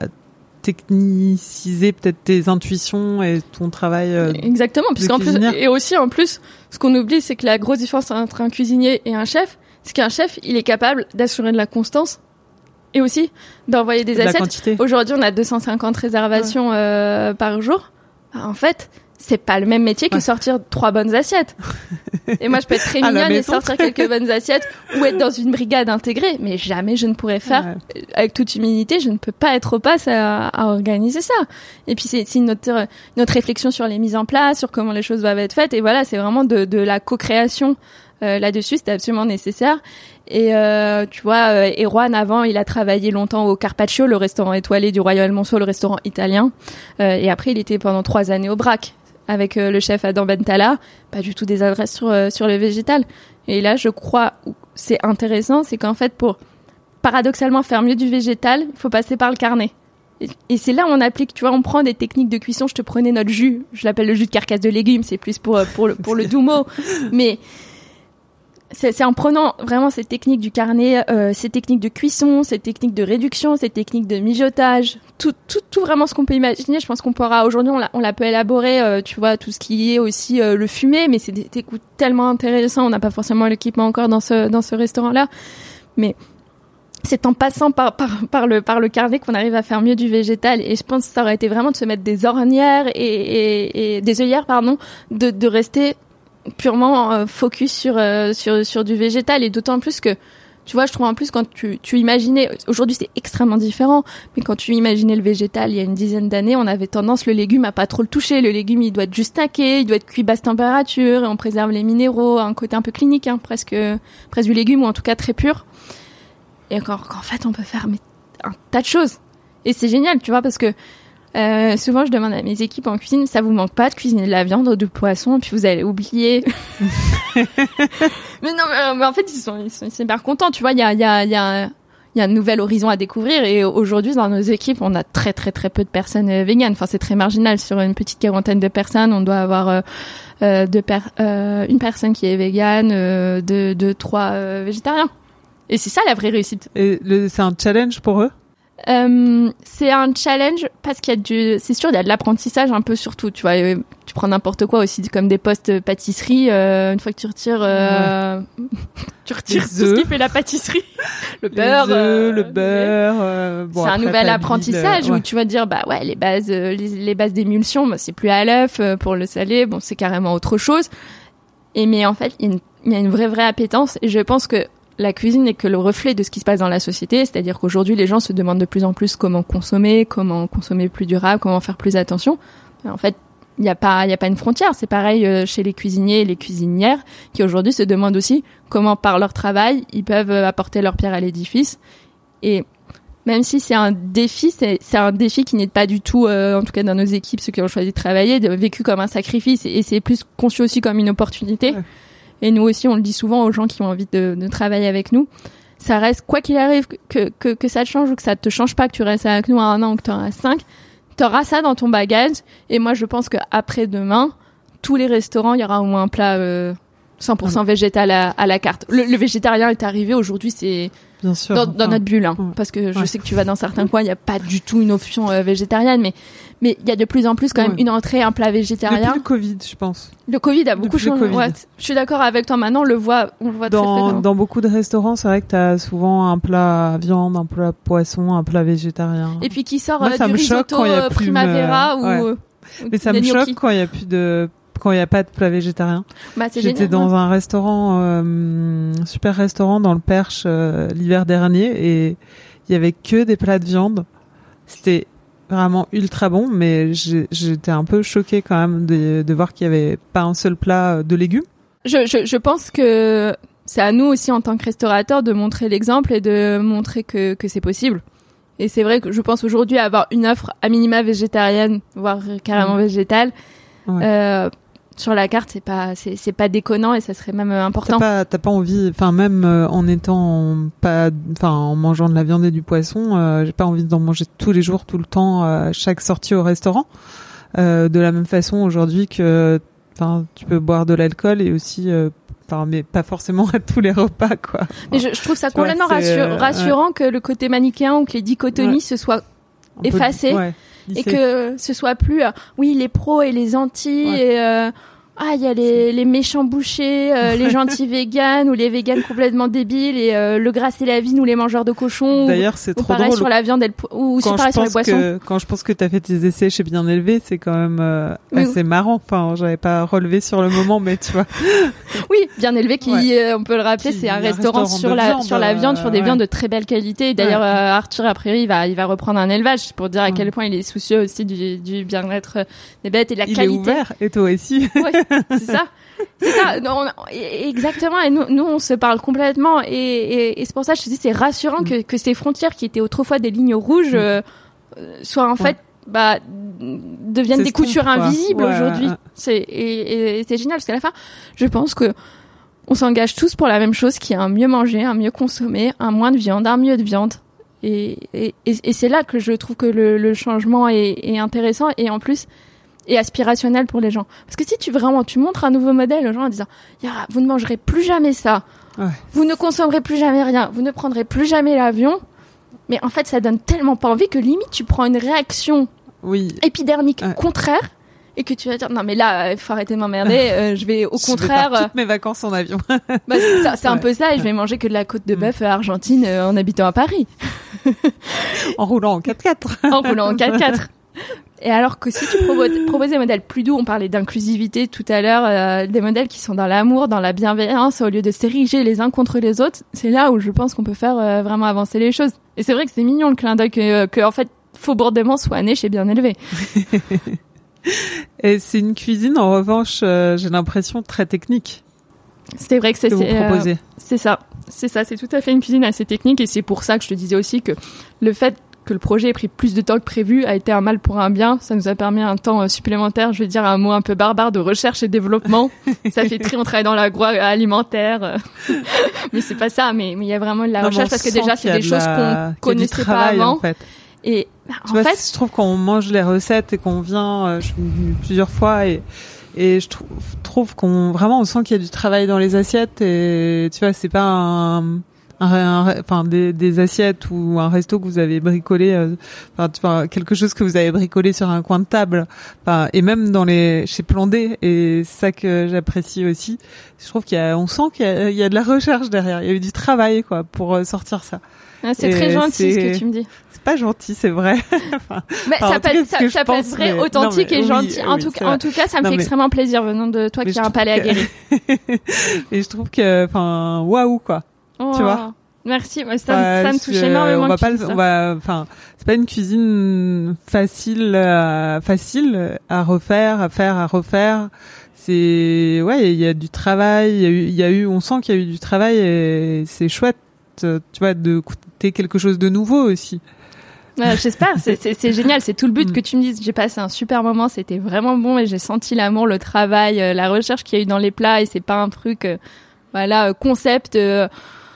techniciser peut-être tes intuitions et ton travail. Exactement. Puisqu'en plus, et aussi en plus, ce qu'on oublie, c'est que la grosse différence entre un cuisinier et un chef, c'est qu'un chef, il est capable d'assurer de la constance et aussi d'envoyer des assiettes. Aujourd'hui, on a deux cent cinquante réservations ouais. euh, par jour. En fait, c'est pas le même métier que ouais. sortir trois bonnes assiettes. Et moi, je peux être très mignonne et sortir quelques bonnes assiettes ou être dans une brigade intégrée, mais jamais je ne pourrais faire, ouais. avec toute humilité, je ne peux pas être opaque à, à organiser ça. Et puis, c'est, c'est notre, notre réflexion sur les mises en place, sur comment les choses doivent être faites. Et voilà, c'est vraiment de, de la co-création euh, là-dessus, c'était absolument nécessaire. Et euh, tu vois, euh, Erwan avant, il a travaillé longtemps au Carpaccio, le restaurant étoilé du Royal Monceau, le restaurant italien. Euh, et après, il était pendant trois années au Brac avec euh, le chef Adam Bentala. Pas du tout des adresses sur euh, sur le végétal. Et là, je crois, c'est intéressant, c'est qu'en fait, pour paradoxalement faire mieux du végétal, il faut passer par le carnet. Et, et c'est là où on applique, tu vois, on prend des techniques de cuisson. Je te prenais notre jus, je l'appelle le jus de carcasse de légumes, c'est plus pour pour le, pour le doux mot, mais C'est, c'est en prenant vraiment ces techniques du carnet, euh, ces techniques de cuisson, ces techniques de réduction, ces techniques de mijotage, tout, tout, tout vraiment ce qu'on peut imaginer. Je pense qu'on pourra aujourd'hui, on l'a, on l'a peut élaborer, euh, tu vois, tout ce qui est aussi euh, le fumé, mais c'est des, des goûts tellement intéressants. On n'a pas forcément l'équipement encore dans ce dans ce restaurant-là, mais c'est en passant par par par le par le carnet qu'on arrive à faire mieux du végétal. Et je pense que ça aurait été vraiment de se mettre des ornières et et, et des œillères, pardon, de de rester purement euh, focus sur euh, sur sur du végétal. Et d'autant plus que tu vois, je trouve en plus quand tu tu imaginais, aujourd'hui c'est extrêmement différent, mais quand tu imaginais le végétal il y a une dizaine d'années, on avait tendance le légume à pas trop le toucher. Le légume il doit être juste taqué, il doit être cuit basse température, et on préserve les minéraux, un côté un peu clinique, hein, presque presque du légume, ou en tout cas très pur. Et encore qu'en fait on peut faire mais, un tas de choses. Et c'est génial, tu vois, parce que Euh, souvent, je demande à mes équipes en cuisine, ça vous manque pas de cuisiner de la viande ou du poisson, puis vous allez oublier. mais non, mais, mais en fait, ils sont, ils sont super contents. Tu vois, il y a, il y a, il y a, il y a un nouvel horizon à découvrir. Et aujourd'hui, dans nos équipes, on a très, très, très peu de personnes euh, véganes. Enfin, c'est très marginal. Sur une petite quarantaine de personnes, on doit avoir euh, euh, deux per- euh, une personne qui est végane, euh, deux, deux, trois euh, végétariens. Et c'est ça la vraie réussite. Et le, c'est un challenge pour eux? Euh, c'est un challenge parce qu'il y a du, c'est sûr, il y a de l'apprentissage un peu surtout, tu vois, euh, tu prends n'importe quoi aussi, comme des postes pâtisserie, euh, une fois que tu retires, euh, ouais. tu retires tout ce qui fait la pâtisserie, le les beurre, œufs, euh, le beurre, euh, bon, c'est un nouvel apprentissage euh, ouais. où tu vas dire, bah ouais, les bases, euh, les, les bases d'émulsion, bah, c'est plus à l'œuf, euh, pour le salé, bon, c'est carrément autre chose. Et mais en fait, il y a une, il y a une vraie, vraie appétence, et je pense que la cuisine n'est que le reflet de ce qui se passe dans la société, c'est-à-dire qu'aujourd'hui, les gens se demandent de plus en plus comment consommer, comment consommer plus durable, comment faire plus attention. En fait, il n'y a pas, il y a pas une frontière. C'est pareil chez les cuisiniers et les cuisinières qui aujourd'hui se demandent aussi comment, par leur travail, ils peuvent apporter leur pierre à l'édifice. Et même si c'est un défi, c'est, c'est un défi qui n'est pas du tout, euh, en tout cas dans nos équipes, ceux qui ont choisi de travailler, de, vécu comme un sacrifice, et c'est plus conçu aussi comme une opportunité. Ouais. Et nous aussi, on le dit souvent aux gens qui ont envie de, de travailler avec nous, ça reste, quoi qu'il arrive, que, que, que ça te change ou que ça te change pas, que tu restes avec nous à un an ou que tu en restes cinq, t'auras ça dans ton bagage. Et moi, je pense qu'après demain, tous les restaurants, il y aura au moins un plat euh, cent pour cent végétal à, à la carte. Le, le végétarien est arrivé, aujourd'hui, c'est Bien sûr, dans, dans enfin, notre bulle. Hein, ouais. Parce que je Ouais. sais que tu vas dans certains coins, il n'y a pas du tout une option euh, végétarienne. Mais mais il y a de plus en plus quand même Ouais. une entrée, un plat végétarien. Depuis le Covid, je pense. Le Covid a beaucoup Depuis le changé. Covid. Ouais, je suis d'accord avec toi. Maintenant, on le voit, on le voit très Dans, fréquemment. dans beaucoup de restaurants, c'est vrai que t'as souvent un plat viande, un plat poisson, un plat végétarien. Et puis qui sort Moi, euh, ça du me choque risotto quand il y a euh, plus primavera me- ou, ouais. euh, ou Mais ça des me gnocchis. choque quand il y a plus de, quand il y a pas de plat végétarien. Bah, c'est J'étais génial. dans ouais. un restaurant, euh, super restaurant dans le Perche euh, l'hiver dernier et il y avait que des plats de viande. C'était vraiment ultra bon, mais j'ai- j'étais un peu choquée quand même de, de voir qu'il y avait pas un seul plat de légumes. Je, je, je pense que c'est à nous aussi en tant que restaurateurs de montrer l'exemple et de montrer que, que c'est possible. Et c'est vrai que je pense aujourd'hui avoir une offre à minima végétarienne, voire carrément Mmh. végétale, Ouais. euh, sur la carte, c'est pas, c'est, c'est pas déconnant et ça serait même euh, T'as important. pas, t'as pas envie, enfin même euh, en étant pas, enfin en mangeant de la viande et du poisson, euh, j'ai pas envie d'en manger tous les jours, tout le temps, euh, chaque sortie au restaurant. Euh, de la même façon aujourd'hui que, enfin tu peux boire de l'alcool et aussi, euh, enfin mais pas forcément à tous les repas quoi. Mais je, je trouve ça Tu vois, complètement c'est, rassure- euh, rassurant que le côté manichéen ou que les dichotomies Ouais. se soient Un peu- effacé. ouais, et lissé. que ce soit plus euh, oui les pros et les anti Ouais. et euh, ah il y a les, les méchants bouchers, euh, les gentils véganes ou les véganes complètement débiles et euh, le gras c'est la vie, nous les mangeurs de cochons. D'ailleurs c'est ou, ou trop pareil drôle. sur la viande et le po- ou c'est Quand pareil je sur les pense boissons. que quand je pense que t'as fait tes essais chez Bien Élevé, c'est quand même euh, Oui. assez marrant. Enfin, j'avais pas relevé sur le moment, mais tu vois. Oui, Bien Élevé qui Ouais. euh, on peut le rappeler, Qui- c'est un un restaurant, restaurant sur de la viande, sur la viande, sur des euh, viandes ouais. de très belle qualité. Et D'ailleurs Ouais. euh, Arthur a priori il va il va reprendre un élevage pour dire à Ouais. quel point il est soucieux aussi du du bien-être des bêtes et de la Il qualité. est ouvert et toi aussi. Ouais, c'est ça. C'est ça. Non, on- exactement. Et nous, nous, on se parle complètement. Et, et, et c'est pour ça que je te dis, c'est rassurant Mm. que, que ces frontières qui étaient autrefois des lignes rouges Mm. euh, euh, soient en Ouais. fait, bah, deviennent des S'estompent, coutures quoi. invisibles Ouais, aujourd'hui. ouais. C'est et, et, et c'est génial parce qu'à la fin, je pense que on s'engage tous pour la même chose, qui est un mieux manger, un mieux consommer, un moins de viande, un mieux de viande. Et, et, et, et c'est là que je trouve que le, le changement est, est intéressant et en plus et aspirationnel pour les gens. Parce que si tu vraiment tu montres un nouveau modèle aux gens en disant Yara, vous ne mangerez plus jamais ça, Ouais. vous ne consommerez plus jamais rien, vous ne prendrez plus jamais l'avion, mais en fait ça donne tellement pas envie que limite tu prends une réaction Oui. épidermique Ouais. contraire et que tu vas dire non mais là il faut arrêter de m'emmerder, euh, je vais au Je vais contraire faire euh, toutes mes vacances en avion. bah, c'est, ça, c'est un Ouais. peu ça et je vais manger que de la côte de Mm. bœuf euh, argentine euh, en habitant à Paris En roulant en quatre-quatre. en roulant en quatre-quatre. Et alors que si tu proposes, proposes des modèles plus doux, on parlait d'inclusivité tout à l'heure, euh, des modèles qui sont dans l'amour, dans la bienveillance, au lieu de s'ériger les uns contre les autres, c'est là où je pense qu'on peut faire euh, vraiment avancer les choses. Et c'est vrai que c'est mignon le clin d'œil que, que en fait, Faubourdement soit né chez Bien Élevé. Et c'est une cuisine, en revanche, euh, j'ai l'impression très technique C'est vrai que c'est, que vous c'est, euh, proposez. c'est ça. C'est ça, c'est tout à fait une cuisine assez technique et c'est pour ça que je te disais aussi que le fait que le projet ait pris plus de temps que prévu a été un mal pour un bien. Ça nous a permis un temps euh, supplémentaire, je vais dire un mot un peu barbare, de recherche et développement. Ça fait très, on travaille dans l'agroalimentaire. euh. Mais c'est pas ça, mais mais il y a vraiment de la Non, mais recherche on parce que sent déjà, qu'il c'est y a des de choses la- qu'on qu'il y a du connaissait pas travail, avant. En fait. Et bah, Tu en vois, fait, je trouve qu'on mange les recettes et qu'on vient, euh, je suis venue plusieurs fois et et je trouve, trouve qu'on vraiment on sent qu'il y a du travail dans les assiettes et tu vois c'est pas un, un, un- enfin des, des assiettes ou un resto que vous avez bricolé, euh, enfin tu vois quelque chose que vous avez bricolé sur un coin de table, enfin et même dans les chez Plandé et c'est ça que j'apprécie aussi. Je trouve qu'il y a, on sent qu'il y a, il y a de la recherche derrière, il y a eu du travail quoi pour euh, sortir ça. ah, c'est et très gentil ce c'est- que tu me dis. C'est pas gentil, c'est vrai. Enfin, Mais Enfin, en ça tout peut cas, être, ce ça, que je ça peut être pense, vrai, mais- authentique non, mais et oui, gentil. en oui, tout c'est cas, vrai. en tout cas, ça me Non, fait mais- extrêmement plaisir venant de toi Mais qui je a un trouve palais que- aguerri. et je trouve que, enfin, waouh quoi. Oh, Tu vois. Merci, ouais, ça, Bah, me- ça me touche je- énormément. On va que tu pas, le- dises ça. on va, enfin, c'est pas une cuisine facile, à, facile à refaire, à faire, à refaire. C'est, ouais, il y a du travail, il y a eu, il y a eu, on sent qu'il y a eu du travail et c'est chouette, tu vois, de goûter quelque chose de nouveau aussi. Ouais, j'espère, c'est, c'est, c'est génial, c'est tout le but Mm. que tu me dises. J'ai passé un super moment, c'était vraiment bon et j'ai senti l'amour, le travail, euh, la recherche qu'il y a eu dans les plats et c'est pas un truc, euh, voilà, euh, concept. euh,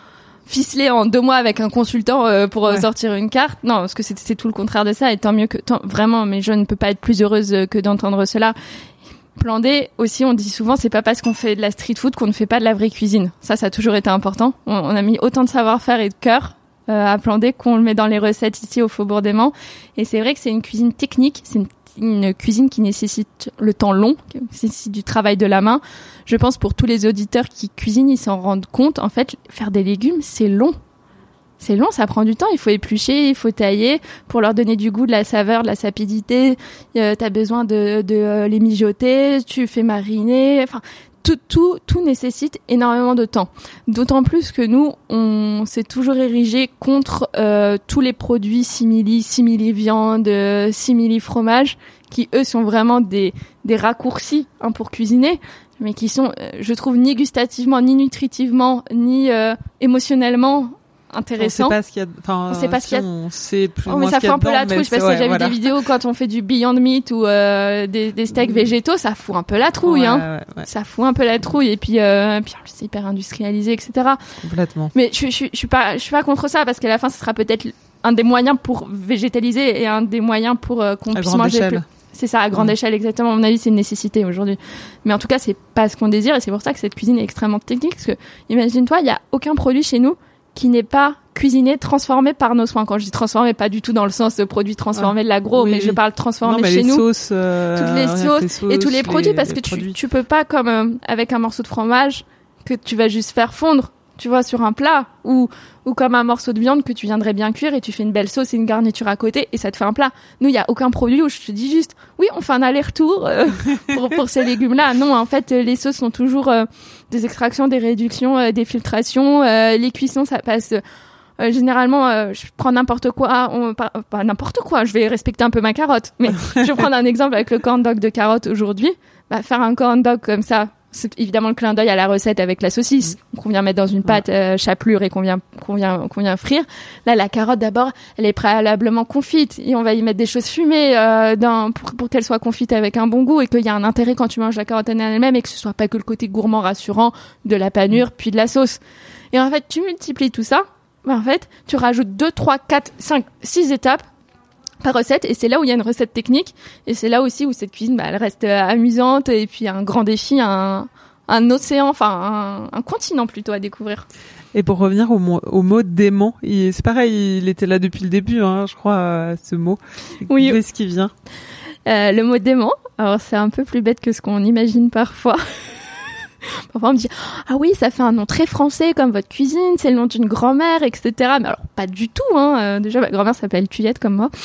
ficelé en deux mois avec un consultant euh, pour euh, ouais. sortir une carte. Non, parce que c'est, c'est tout le contraire de ça. Et tant mieux que tant, vraiment, mais je ne peux pas être plus heureuse que d'entendre cela. Plan D aussi, on dit souvent, c'est pas parce qu'on fait de la street food qu'on ne fait pas de la vraie cuisine. Ça, ça a toujours été important. On, on a mis autant de savoir-faire et de cœur euh, à Plan D qu'on le met dans les recettes ici au Faubourg d'Aimant. Et c'est vrai que c'est une cuisine technique, c'est une, une cuisine qui nécessite le temps long, qui nécessite du travail de la main. Je pense pour tous les auditeurs qui cuisinent, ils s'en rendent compte. En fait, faire des légumes, c'est long. C'est long, ça prend du temps, il faut éplucher, il faut tailler pour leur donner du goût, de la saveur, de la sapidité. Euh, t'as besoin de, de euh, les mijoter, tu fais mariner, enfin tout, tout, tout nécessite énormément de temps. D'autant plus que nous, on s'est toujours érigé contre euh, tous les produits simili, simili viande, simili fromage, qui eux sont vraiment des, des raccourcis hein, pour cuisiner, mais qui sont, euh, je trouve, ni gustativement, ni nutritivement, ni euh, émotionnellement intéressant. On sait pas ce qu'il y a, enfin, on sait pas ce qu'il y a. On sait plus oh, ou mais moins ça ce qu'il fait y a un peu dedans, la trouille. Je sais pas si ouais, j'ai voilà. vu des vidéos quand on fait du Beyond Meat ou euh, des, des steaks mmh. végétaux, ça fout un peu la trouille, ouais, hein. Ouais, ouais. Ça fout un peu la trouille. Et puis, euh, puis c'est hyper industrialisé, et cetera. Complètement. Mais je, je, je suis pas, je suis pas contre ça parce qu'à la fin, ce sera peut-être un des moyens pour végétaliser et un des moyens pour euh, qu'on à puisse grande manger échelle. plus. C'est ça, à grande mmh. échelle, exactement. À mon avis, c'est une nécessité aujourd'hui. Mais en tout cas, c'est pas ce qu'on désire et c'est pour ça que cette cuisine est extrêmement technique. Parce que, imagine-toi, il y a aucun produit chez nous qui n'est pas cuisiné, transformé par nos soins. Quand je dis transformé, pas du tout dans le sens de produit transformé ah, de l'agro, oui, mais je parle transformé non, mais chez les nous. Sauces, euh, toutes les sauces, les sauces et tous les produits, les, parce les que tu, produits. tu peux pas, comme euh, avec un morceau de fromage, que tu vas juste faire fondre, tu vois, sur un plat, ou, ou comme un morceau de viande que tu viendrais bien cuire et tu fais une belle sauce et une garniture à côté et ça te fait un plat. Nous, il y a aucun produit où je te dis juste, oui, on fait un aller-retour euh, pour, pour ces légumes-là. Non, en fait, les sauces sont toujours euh, des extractions, des réductions, euh, des filtrations. Euh, les cuissons, ça passe... Euh, généralement, euh, je prends n'importe quoi, on, pas, pas n'importe quoi, je vais respecter un peu ma carotte. Mais je vais prendre un exemple avec le corn dog de carotte aujourd'hui. Bah, faire un corn dog comme ça, c'est évidemment le clin d'œil à la recette avec la saucisse qu'on vient mettre dans une pâte euh, chapelure et qu'on vient, qu'on vient, qu'on vient frire. Là, la carotte, d'abord, elle est préalablement confite et on va y mettre des choses fumées euh, dans, pour, pour qu'elle soit confite avec un bon goût et qu'il y a un intérêt quand tu manges la carotte en elle-même et que ce soit pas que le côté gourmand rassurant de la panure puis de la sauce. Et en fait, tu multiplies tout ça. Ben en fait, tu rajoutes deux, trois, quatre, cinq, six étapes par recette et c'est là où il y a une recette technique et c'est là aussi où cette cuisine, bah, elle reste euh, amusante et puis un grand défi, un, un océan, enfin un, un continent plutôt à découvrir. Et pour revenir au mot, au mot dément, il, c'est pareil, il était là depuis le début, hein, je crois, euh, ce mot. Oui. D'où est-ce qu'il vient ? euh, Le mot dément, alors c'est un peu plus bête que ce qu'on imagine parfois. Parfois on me dit ah oui ça fait un nom très français comme votre cuisine, c'est le nom d'une grand-mère, et cetera. Mais alors pas du tout, hein. Euh, déjà ma grand-mère s'appelle Tuyette comme moi.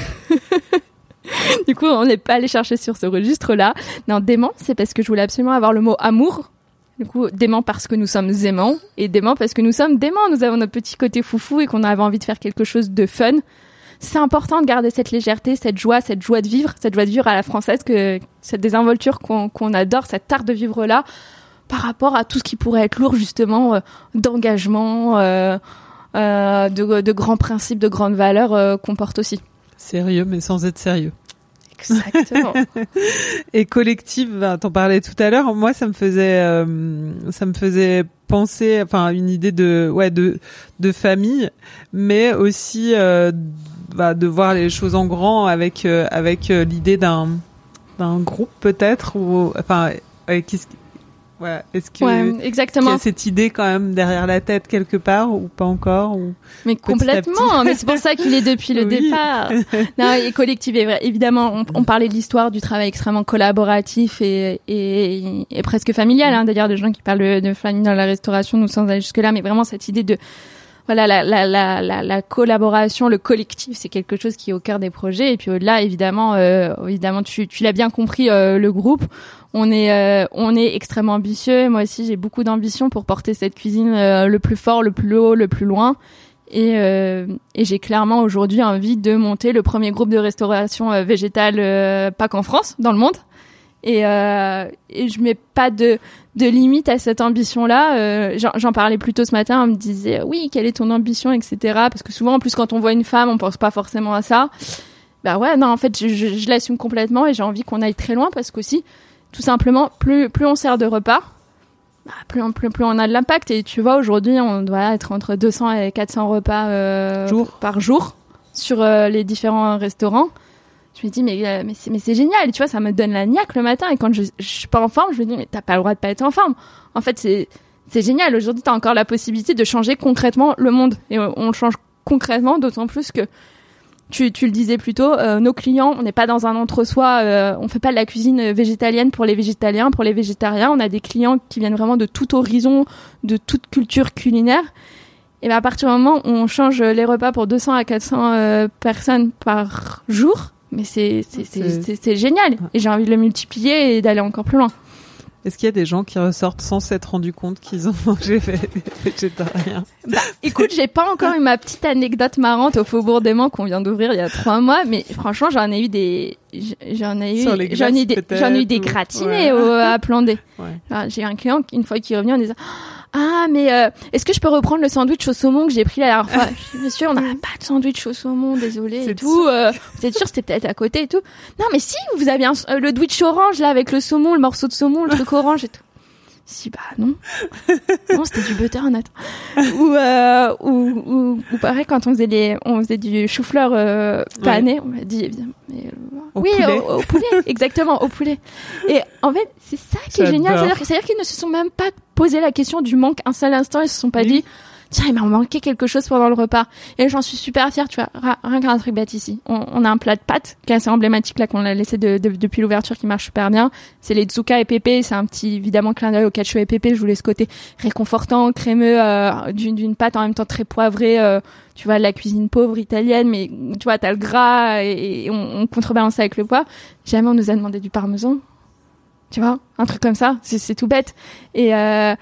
Du coup on n'est pas allé chercher sur ce registre-là. Non, dément c'est parce que je voulais absolument avoir le mot amour. Du coup dément parce que nous sommes aimants et dément parce que nous sommes déments. Nous avons notre petit côté foufou et qu'on avait envie de faire quelque chose de fun. C'est important de garder cette légèreté, cette joie, cette joie de vivre, cette joie de vivre à la française, que cette désinvolture qu'on, qu'on adore, cet art de vivre là. Par rapport à tout ce qui pourrait être lourd, justement, euh, d'engagement, euh, euh, de, de grands principes, de grandes valeurs euh, qu'on porte aussi. Sérieux, mais sans être sérieux. Exactement. Et collective, bah, t'en parlais tout à l'heure. Moi, ça me faisait, euh, ça me faisait penser, enfin, une idée de, ouais, de, de famille, mais aussi euh, bah, de voir les choses en grand avec, euh, avec euh, l'idée d'un, d'un groupe peut-être, ou, enfin, euh, qu'est-ce Voilà. Est-ce que ouais, exactement. qu'il y a cette idée quand même derrière la tête quelque part ou pas encore ou mais complètement. Mais c'est pour ça qu'il est depuis le oui. départ. Non, et collectif, évidemment. On, on parlait de l'histoire du travail extrêmement collaboratif et, et, et presque familial. Hein, d'ailleurs, de gens qui parlent de, de famille dans la restauration, nous sans aller jusque là, mais vraiment cette idée de voilà la, la, la, la, la collaboration, le collectif, c'est quelque chose qui est au cœur des projets. Et puis au-delà, évidemment, euh, évidemment, tu, tu l'as bien compris, euh, le groupe. On est, euh, on est extrêmement ambitieux. Moi aussi, j'ai beaucoup d'ambition pour porter cette cuisine euh, le plus fort, le plus haut, le plus loin. Et, euh, et j'ai clairement aujourd'hui envie de monter le premier groupe de restauration euh, végétale, euh, pas qu'en France, dans le monde. Et, euh, et je mets pas de, de limite à cette ambition-là. Euh, j'en, j'en parlais plus tôt ce matin. On me disait oui, quelle est ton ambition, et cetera. Parce que souvent, en plus, quand on voit une femme, on pense pas forcément à ça. Bah ouais, non, en fait, je, je, je l'assume complètement et j'ai envie qu'on aille très loin parce qu'aussi, tout simplement, plus plus on sert de repas, plus, on, plus, plus on a de l'impact. Et tu vois, aujourd'hui, on doit être entre deux cents et quatre cents repas euh, jour. par jour sur euh, les différents restaurants. Je me dis, mais, euh, mais, c'est, mais c'est génial. Et tu vois, ça me donne la niaque le matin. Et quand je, je suis pas en forme, je me dis, mais t'as pas le droit de pas être en forme. En fait, c'est, c'est génial. Aujourd'hui, t'as encore la possibilité de changer concrètement le monde. Et on, on le change concrètement, d'autant plus que Tu, tu le disais plus tôt, euh, nos clients, on n'est pas dans un entre-soi, euh, on fait pas de la cuisine végétalienne pour les végétaliens, pour les végétariens. On a des clients qui viennent vraiment de tout horizon, de toute culture culinaire. Et ben à partir du moment où on change les repas pour deux cents à quatre cents euh, personnes par jour, mais c'est c'est, c'est, c'est, c'est, c'est génial. Et j'ai envie de le multiplier et d'aller encore plus loin. Est-ce qu'il y a des gens qui ressortent sans s'être rendu compte qu'ils ont mangé végétarien? Bah, écoute, j'ai pas encore eu ma petite anecdote marrante au Faubourg des Mans qu'on vient d'ouvrir il y a trois mois, mais franchement, j'en ai eu des, j'en ai eu, Sur les glaces, j'en ai eu des, j'en ai eu des ou... gratinés ouais. au, à Plandé. Ouais. Alors, j'ai un client une fois qui est revenu en disant, ah, mais euh, est-ce que je peux reprendre le sandwich au saumon que j'ai pris la dernière fois? Je dis, monsieur, on n'a pas de sandwich au saumon, désolé, C'est et tout. sûr. Euh, vous êtes sûr, c'était peut-être à côté et tout? Non, mais si, vous avez un, euh, le sandwich orange, là, avec le saumon, le morceau de saumon, le truc orange et tout. Si, bah, non. Non, c'était du butternut. Ou, euh, ou, ou, ou pareil, quand on faisait des, on faisait du chou-fleur, euh, pané, ouais. On m'a dit, mais, euh, au oui, poulet. Au, au poulet, exactement, au poulet. Et en fait, c'est ça qui est J'adore. génial. C'est-à-dire, c'est-à-dire qu'ils ne se sont même pas posé la question du manque un seul instant. Ils se sont pas Oui. dit, tiens, il m'a manqué quelque chose pendant le repas. Et j'en suis super fière, tu vois. Rien qu'un truc bête ici. On, on a un plat de pâtes qui est assez emblématique, là, qu'on a laissé de, de, depuis l'ouverture, qui marche super bien. C'est les tzuka et pépé. C'est un petit, évidemment, clin d'œil au ketchup et pépé. Je voulais ce côté réconfortant, crémeux, euh, d'une, d'une pâte en même temps très poivrée, euh, tu vois, de la cuisine pauvre italienne, mais tu vois, t'as le gras et, et on, on contrebalance ça avec le poids. Jamais on nous a demandé du parmesan. Tu vois, un truc comme ça. C'est, c'est tout bête. Et, euh,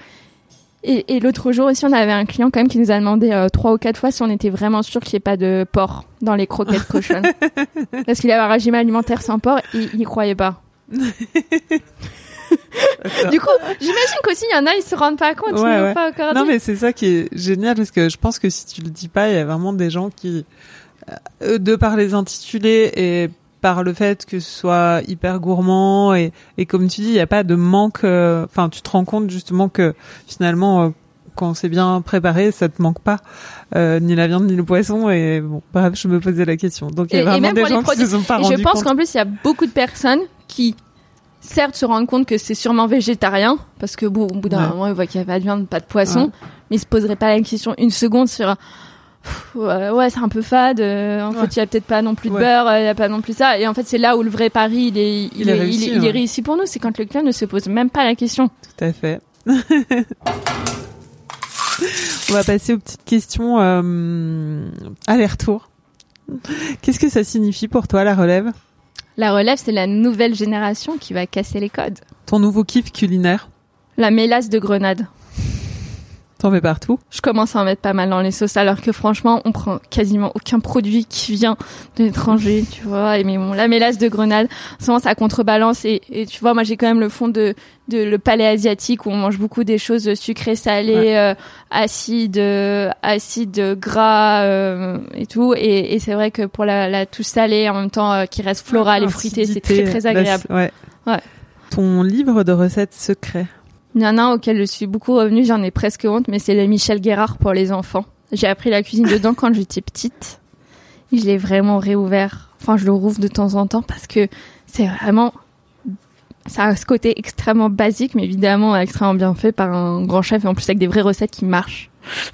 Et, et l'autre jour aussi, on avait un client quand même qui nous a demandé euh, trois ou quatre fois si on était vraiment sûr qu'il n'y ait pas de porc dans les croquettes cochonnes. Parce qu'il avait un régime alimentaire sans porc et il n'y croyait pas. Du coup, j'imagine qu'aussi, il y en a, ils se rendent pas compte. Ouais, ils ouais. pas encore non, dit. mais c'est ça qui est génial parce que je pense que si tu le dis pas, il y a vraiment des gens qui, euh, de par les intitulés et par le fait que ce soit hyper gourmand et, et comme tu dis, il n'y a pas de manque. Enfin, euh, tu te rends compte justement que finalement, euh, quand c'est bien préparé, ça te manque pas euh, ni la viande ni le poisson. Et bon, bref, je me posais la question. Donc il y a Et- et vraiment même des pour les gens produits. qui se sont pas Et rendus je pense compte. qu'en plus, il y a beaucoup de personnes qui, certes, se rendent compte que c'est sûrement végétarien, parce que bon, au bout d'un Ouais. moment, ils voient qu'il n'y a pas de viande, pas de poisson, Ouais. mais ils se poseraient pas la question une seconde sur pff, ouais, ouais, c'est un peu fade, euh, en Ouais. fait, il y a peut-être pas non plus de Ouais. beurre, euh, il y a pas non plus ça. Et en fait, c'est là où le vrai pari, il est, il, Il est est, réussi, il, est, il est ouais. réussi pour nous. C'est quand le client ne se pose même pas la question. Tout à fait. On va passer aux petites questions euh, aller-retour. Qu'est-ce que ça signifie pour toi, la relève? La relève, c'est la nouvelle génération qui va casser les codes. Ton nouveau kiff culinaire? La mélasse de grenade. T'en mets partout? Je commence à en mettre pas mal dans les sauces, alors que franchement, on prend quasiment aucun produit qui vient de l'étranger, tu vois. Et mais bon, la mélasse de grenade, souvent ça contrebalance. Et, et tu vois, moi j'ai quand même le fond de, de le palais asiatique où on mange beaucoup des choses sucrées, salées, Ouais. euh, acides, euh, acides, gras euh, et tout. Et, et c'est vrai que pour la, la touche salée, en même temps euh, qui reste florale et fruitée, c'est très très agréable. La- ouais. Ouais. Ton livre de recettes secrets? Il y en a un auquel je suis beaucoup revenue, j'en ai presque honte, mais c'est le Michel Guérard pour les enfants. J'ai appris la cuisine dedans quand j'étais petite. Et je l'ai vraiment réouvert. Enfin, je le rouvre de temps en temps parce que c'est vraiment... Ça a ce côté extrêmement basique, mais évidemment extrêmement bien fait par un grand chef et en plus avec des vraies recettes qui marchent.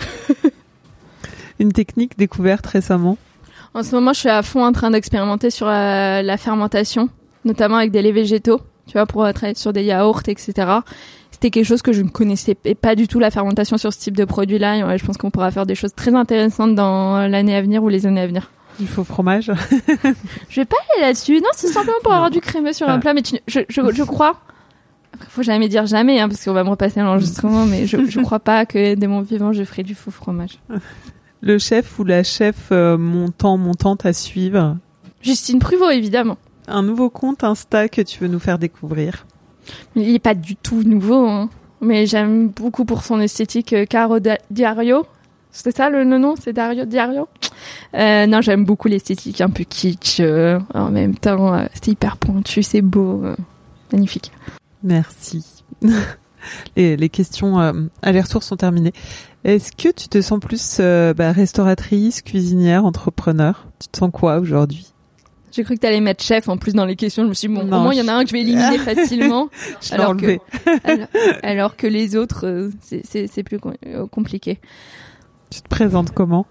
Une technique découverte récemment? En ce moment, je suis à fond en train d'expérimenter sur la, la fermentation, notamment avec des laits végétaux, tu vois, pour travailler sur des yaourts, et cetera. C'était quelque chose que je ne connaissais pas du tout, la fermentation sur ce type de produit-là. Et ouais, je pense qu'on pourra faire des choses très intéressantes dans l'année à venir ou les années à venir. Du faux fromage? Je vais pas aller là-dessus. Non, c'est simplement pour avoir du crémeux sur un Ah. plat. Mais tu, je, je, je crois. Après, faut jamais dire jamais, hein, parce qu'on va me repasser à l'enregistrement. Mais je, je crois pas que dès mon vivant, je ferai du faux fromage. Le chef ou la chef euh, montant, montante à suivre? Justine Pruvot, évidemment. Un nouveau compte Insta que tu veux nous faire découvrir? Il est pas du tout nouveau, hein. Mais j'aime beaucoup pour son esthétique euh, Caro Da- Diario. C'est ça le nom, c'est Dario Diario. Euh, non, j'aime beaucoup l'esthétique un peu kitsch. Euh, en même temps, euh, c'est hyper pointu, c'est beau, euh, magnifique. Merci. les, les questions euh, aller-retour sont terminées. Est-ce que tu te sens plus euh, bah, restauratrice, cuisinière, entrepreneur? Tu te sens quoi aujourd'hui? J'ai cru que t'allais mettre chef en plus dans les questions. Je me suis dit, bon, non, au moins il y en je... a un que je vais éliminer facilement. je alors, que, alors, alors que les autres, euh, c'est, c'est, c'est plus compliqué. Tu te présentes comment?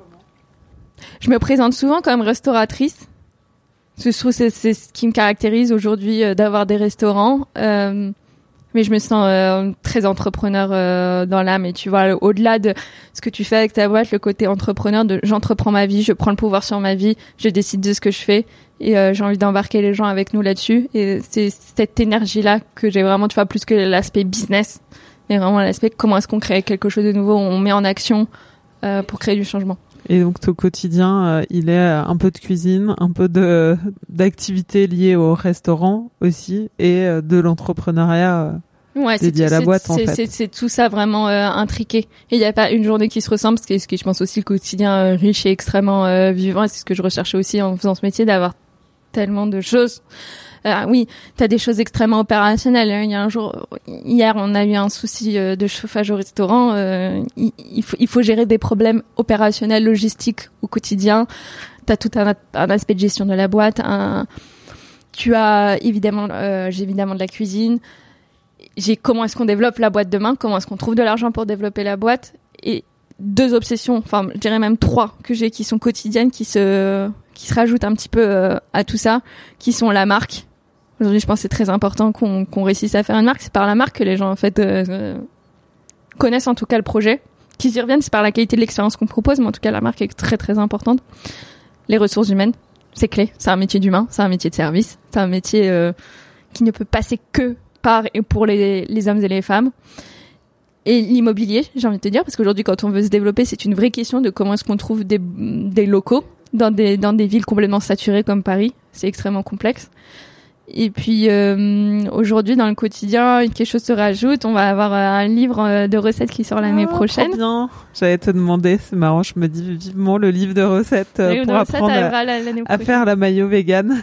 Je me présente souvent comme restauratrice. Je trouve que c'est, c'est ce qui me caractérise aujourd'hui euh, d'avoir des restaurants. Euh, mais je me sens euh, très entrepreneur euh, dans l'âme. Et tu vois, au-delà de ce que tu fais avec ta boîte, le côté entrepreneur de j'entreprends ma vie, je prends le pouvoir sur ma vie, je décide de ce que je fais. Et euh, j'ai envie d'embarquer les gens avec nous là-dessus. Et c'est cette énergie-là que j'ai vraiment, tu vois, plus que l'aspect business. Mais vraiment l'aspect comment est-ce qu'on crée quelque chose de nouveau, on met en action euh, pour créer du changement. Et donc ton quotidien, euh, il est un peu de cuisine, un peu de d'activités liées au restaurant aussi, et euh, de l'entrepreneuriat euh, ouais, dédié c'est, à la c'est, boîte c'est, en fait. C'est, c'est tout ça vraiment euh, intriqué. Et il n'y a pas une journée qui se ressemble, parce que ce que je pense aussi le quotidien euh, riche et extrêmement euh, vivant, et c'est ce que je recherchais aussi en faisant ce métier, d'avoir tellement de choses. Euh, oui, t'as des choses extrêmement opérationnelles. Il y a un jour, hier, on a eu un souci euh, de chauffage au restaurant. Euh, il, il, faut, il faut gérer des problèmes opérationnels, logistiques au quotidien. T'as tout un, un aspect de gestion de la boîte. Un, tu as évidemment, euh, j'ai évidemment de la cuisine. J'ai comment est-ce qu'on développe la boîte demain, comment est-ce qu'on trouve de l'argent pour développer la boîte. Et deux obsessions, enfin, je dirais même trois que j'ai qui sont quotidiennes, qui se qui se rajoutent un petit peu euh, à tout ça, qui sont la marque. Aujourd'hui, je pense que c'est très important qu'on, qu'on réussisse à faire une marque. C'est par la marque que les gens, en fait, euh, euh, connaissent en tout cas le projet. Qu'ils y reviennent, c'est par la qualité de l'expérience qu'on propose, mais en tout cas, la marque est très, très importante. Les ressources humaines, c'est clé. C'est un métier d'humain, c'est un métier de service, c'est un métier euh, qui ne peut passer que par et pour les, les hommes et les femmes. Et l'immobilier, j'ai envie de te dire, parce qu'aujourd'hui, quand on veut se développer, c'est une vraie question de comment est-ce qu'on trouve des, des locaux dans des, dans des villes complètement saturées comme Paris. C'est extrêmement complexe. Et puis euh, aujourd'hui dans le quotidien, quelque chose se rajoute. On va avoir un livre de recettes qui sort l'année oh, prochaine. Trop bien. J'allais te demander, c'est marrant. Je me dis vivement le livre de recettes euh, pour de apprendre recettes à, à faire la mayo vegan.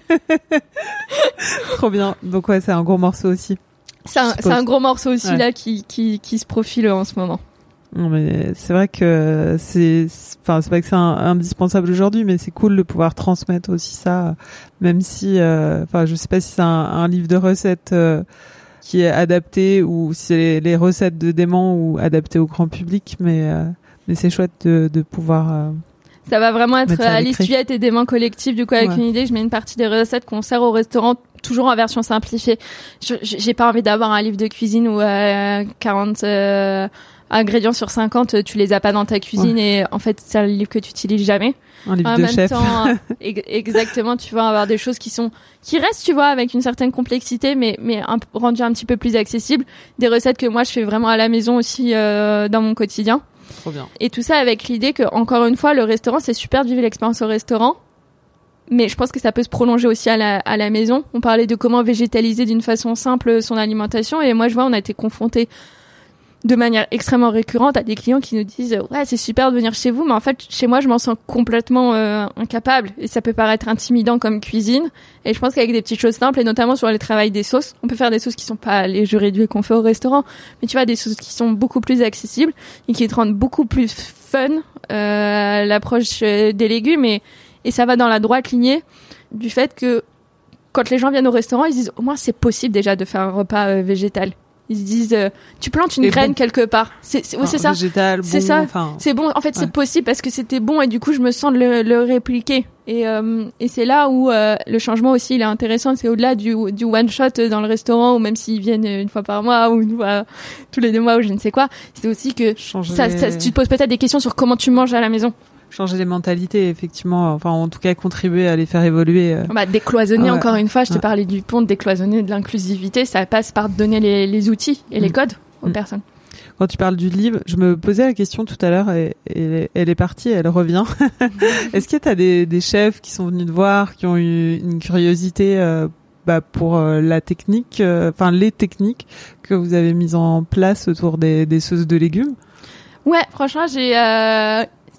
Trop bien. Donc ouais, c'est un gros morceau aussi. C'est un, c'est un gros morceau aussi ouais. là qui qui qui se profile en ce moment. Non mais c'est vrai que c'est, enfin c'est pas que c'est un, indispensable aujourd'hui, mais c'est cool de pouvoir transmettre aussi ça, même si, enfin euh, je sais pas si c'est un, un livre de recettes euh, qui est adapté ou si c'est les, les recettes de Dément ou adapté au grand public, mais euh, mais c'est chouette de, de pouvoir. Euh, ça va vraiment être à Alice Tuyette et Dément collectif du coup avec ouais. une idée. Je mets une partie des recettes qu'on sert au restaurant toujours en version simplifiée. Je, j'ai pas envie d'avoir un livre de cuisine où euh, quarante euh, ingrédients sur cinquante, tu les as pas dans ta cuisine ouais. et en fait c'est un livre que tu utilises jamais. Un livre en de même chef. temps, exactement, tu vas avoir des choses qui sont qui restent, tu vois, avec une certaine complexité, mais mais un, rendues un petit peu plus accessibles. Des recettes que moi je fais vraiment à la maison aussi euh, dans mon quotidien. Trop bien. Et tout ça avec l'idée que encore une fois, le restaurant, c'est super de vivre l'expérience au restaurant. Mais je pense que ça peut se prolonger aussi à la, à la maison. On parlait de comment végétaliser d'une façon simple son alimentation. Et moi, je vois, on a été confrontés de manière extrêmement récurrente à des clients qui nous disent « Ouais, c'est super de venir chez vous, mais en fait, chez moi, je m'en sens complètement euh, incapable. » Et ça peut paraître intimidant comme cuisine. Et je pense qu'avec des petites choses simples, et notamment sur le travail des sauces, on peut faire des sauces qui sont pas les jus réduits qu'on fait au restaurant, mais tu vois, des sauces qui sont beaucoup plus accessibles et qui te rendent beaucoup plus fun euh, l'approche des légumes. Et, et ça va dans la droite lignée du fait que quand les gens viennent au restaurant, ils se disent « Au moins, c'est possible déjà de faire un repas euh, végétal. » Ils se disent, euh, tu plantes une et graine bon. quelque part. C'est, c'est, ouais, c'est ça. Végétal, c'est bon, ça. Enfin, c'est bon. En fait, ouais. c'est possible parce que c'était bon et du coup, je me sens de le, le répliquer. Et, euh, et c'est là où euh, le changement aussi, il est intéressant. C'est au-delà du, du one shot dans le restaurant ou même s'ils viennent une fois par mois ou une fois tous les deux mois ou je ne sais quoi. C'est aussi que ça, les... ça, tu te poses peut-être des questions sur comment tu manges à la maison. Changer les mentalités, effectivement. Enfin, en tout cas, contribuer à les faire évoluer. Bah, décloisonner, ouais. encore une fois. Je te ouais. parlais du pont, de décloisonner, de l'inclusivité. Ça passe par donner les, les outils et mmh. les codes aux mmh. personnes. Quand tu parles du livre, je me posais la question tout à l'heure et, et elle est partie, elle revient. Est-ce que tu as des, des chefs qui sont venus te voir, qui ont eu une curiosité euh, bah, pour euh, la technique, enfin euh, les techniques que vous avez mises en place autour des, des sauces de légumes? Ouais, franchement, j'ai... Euh...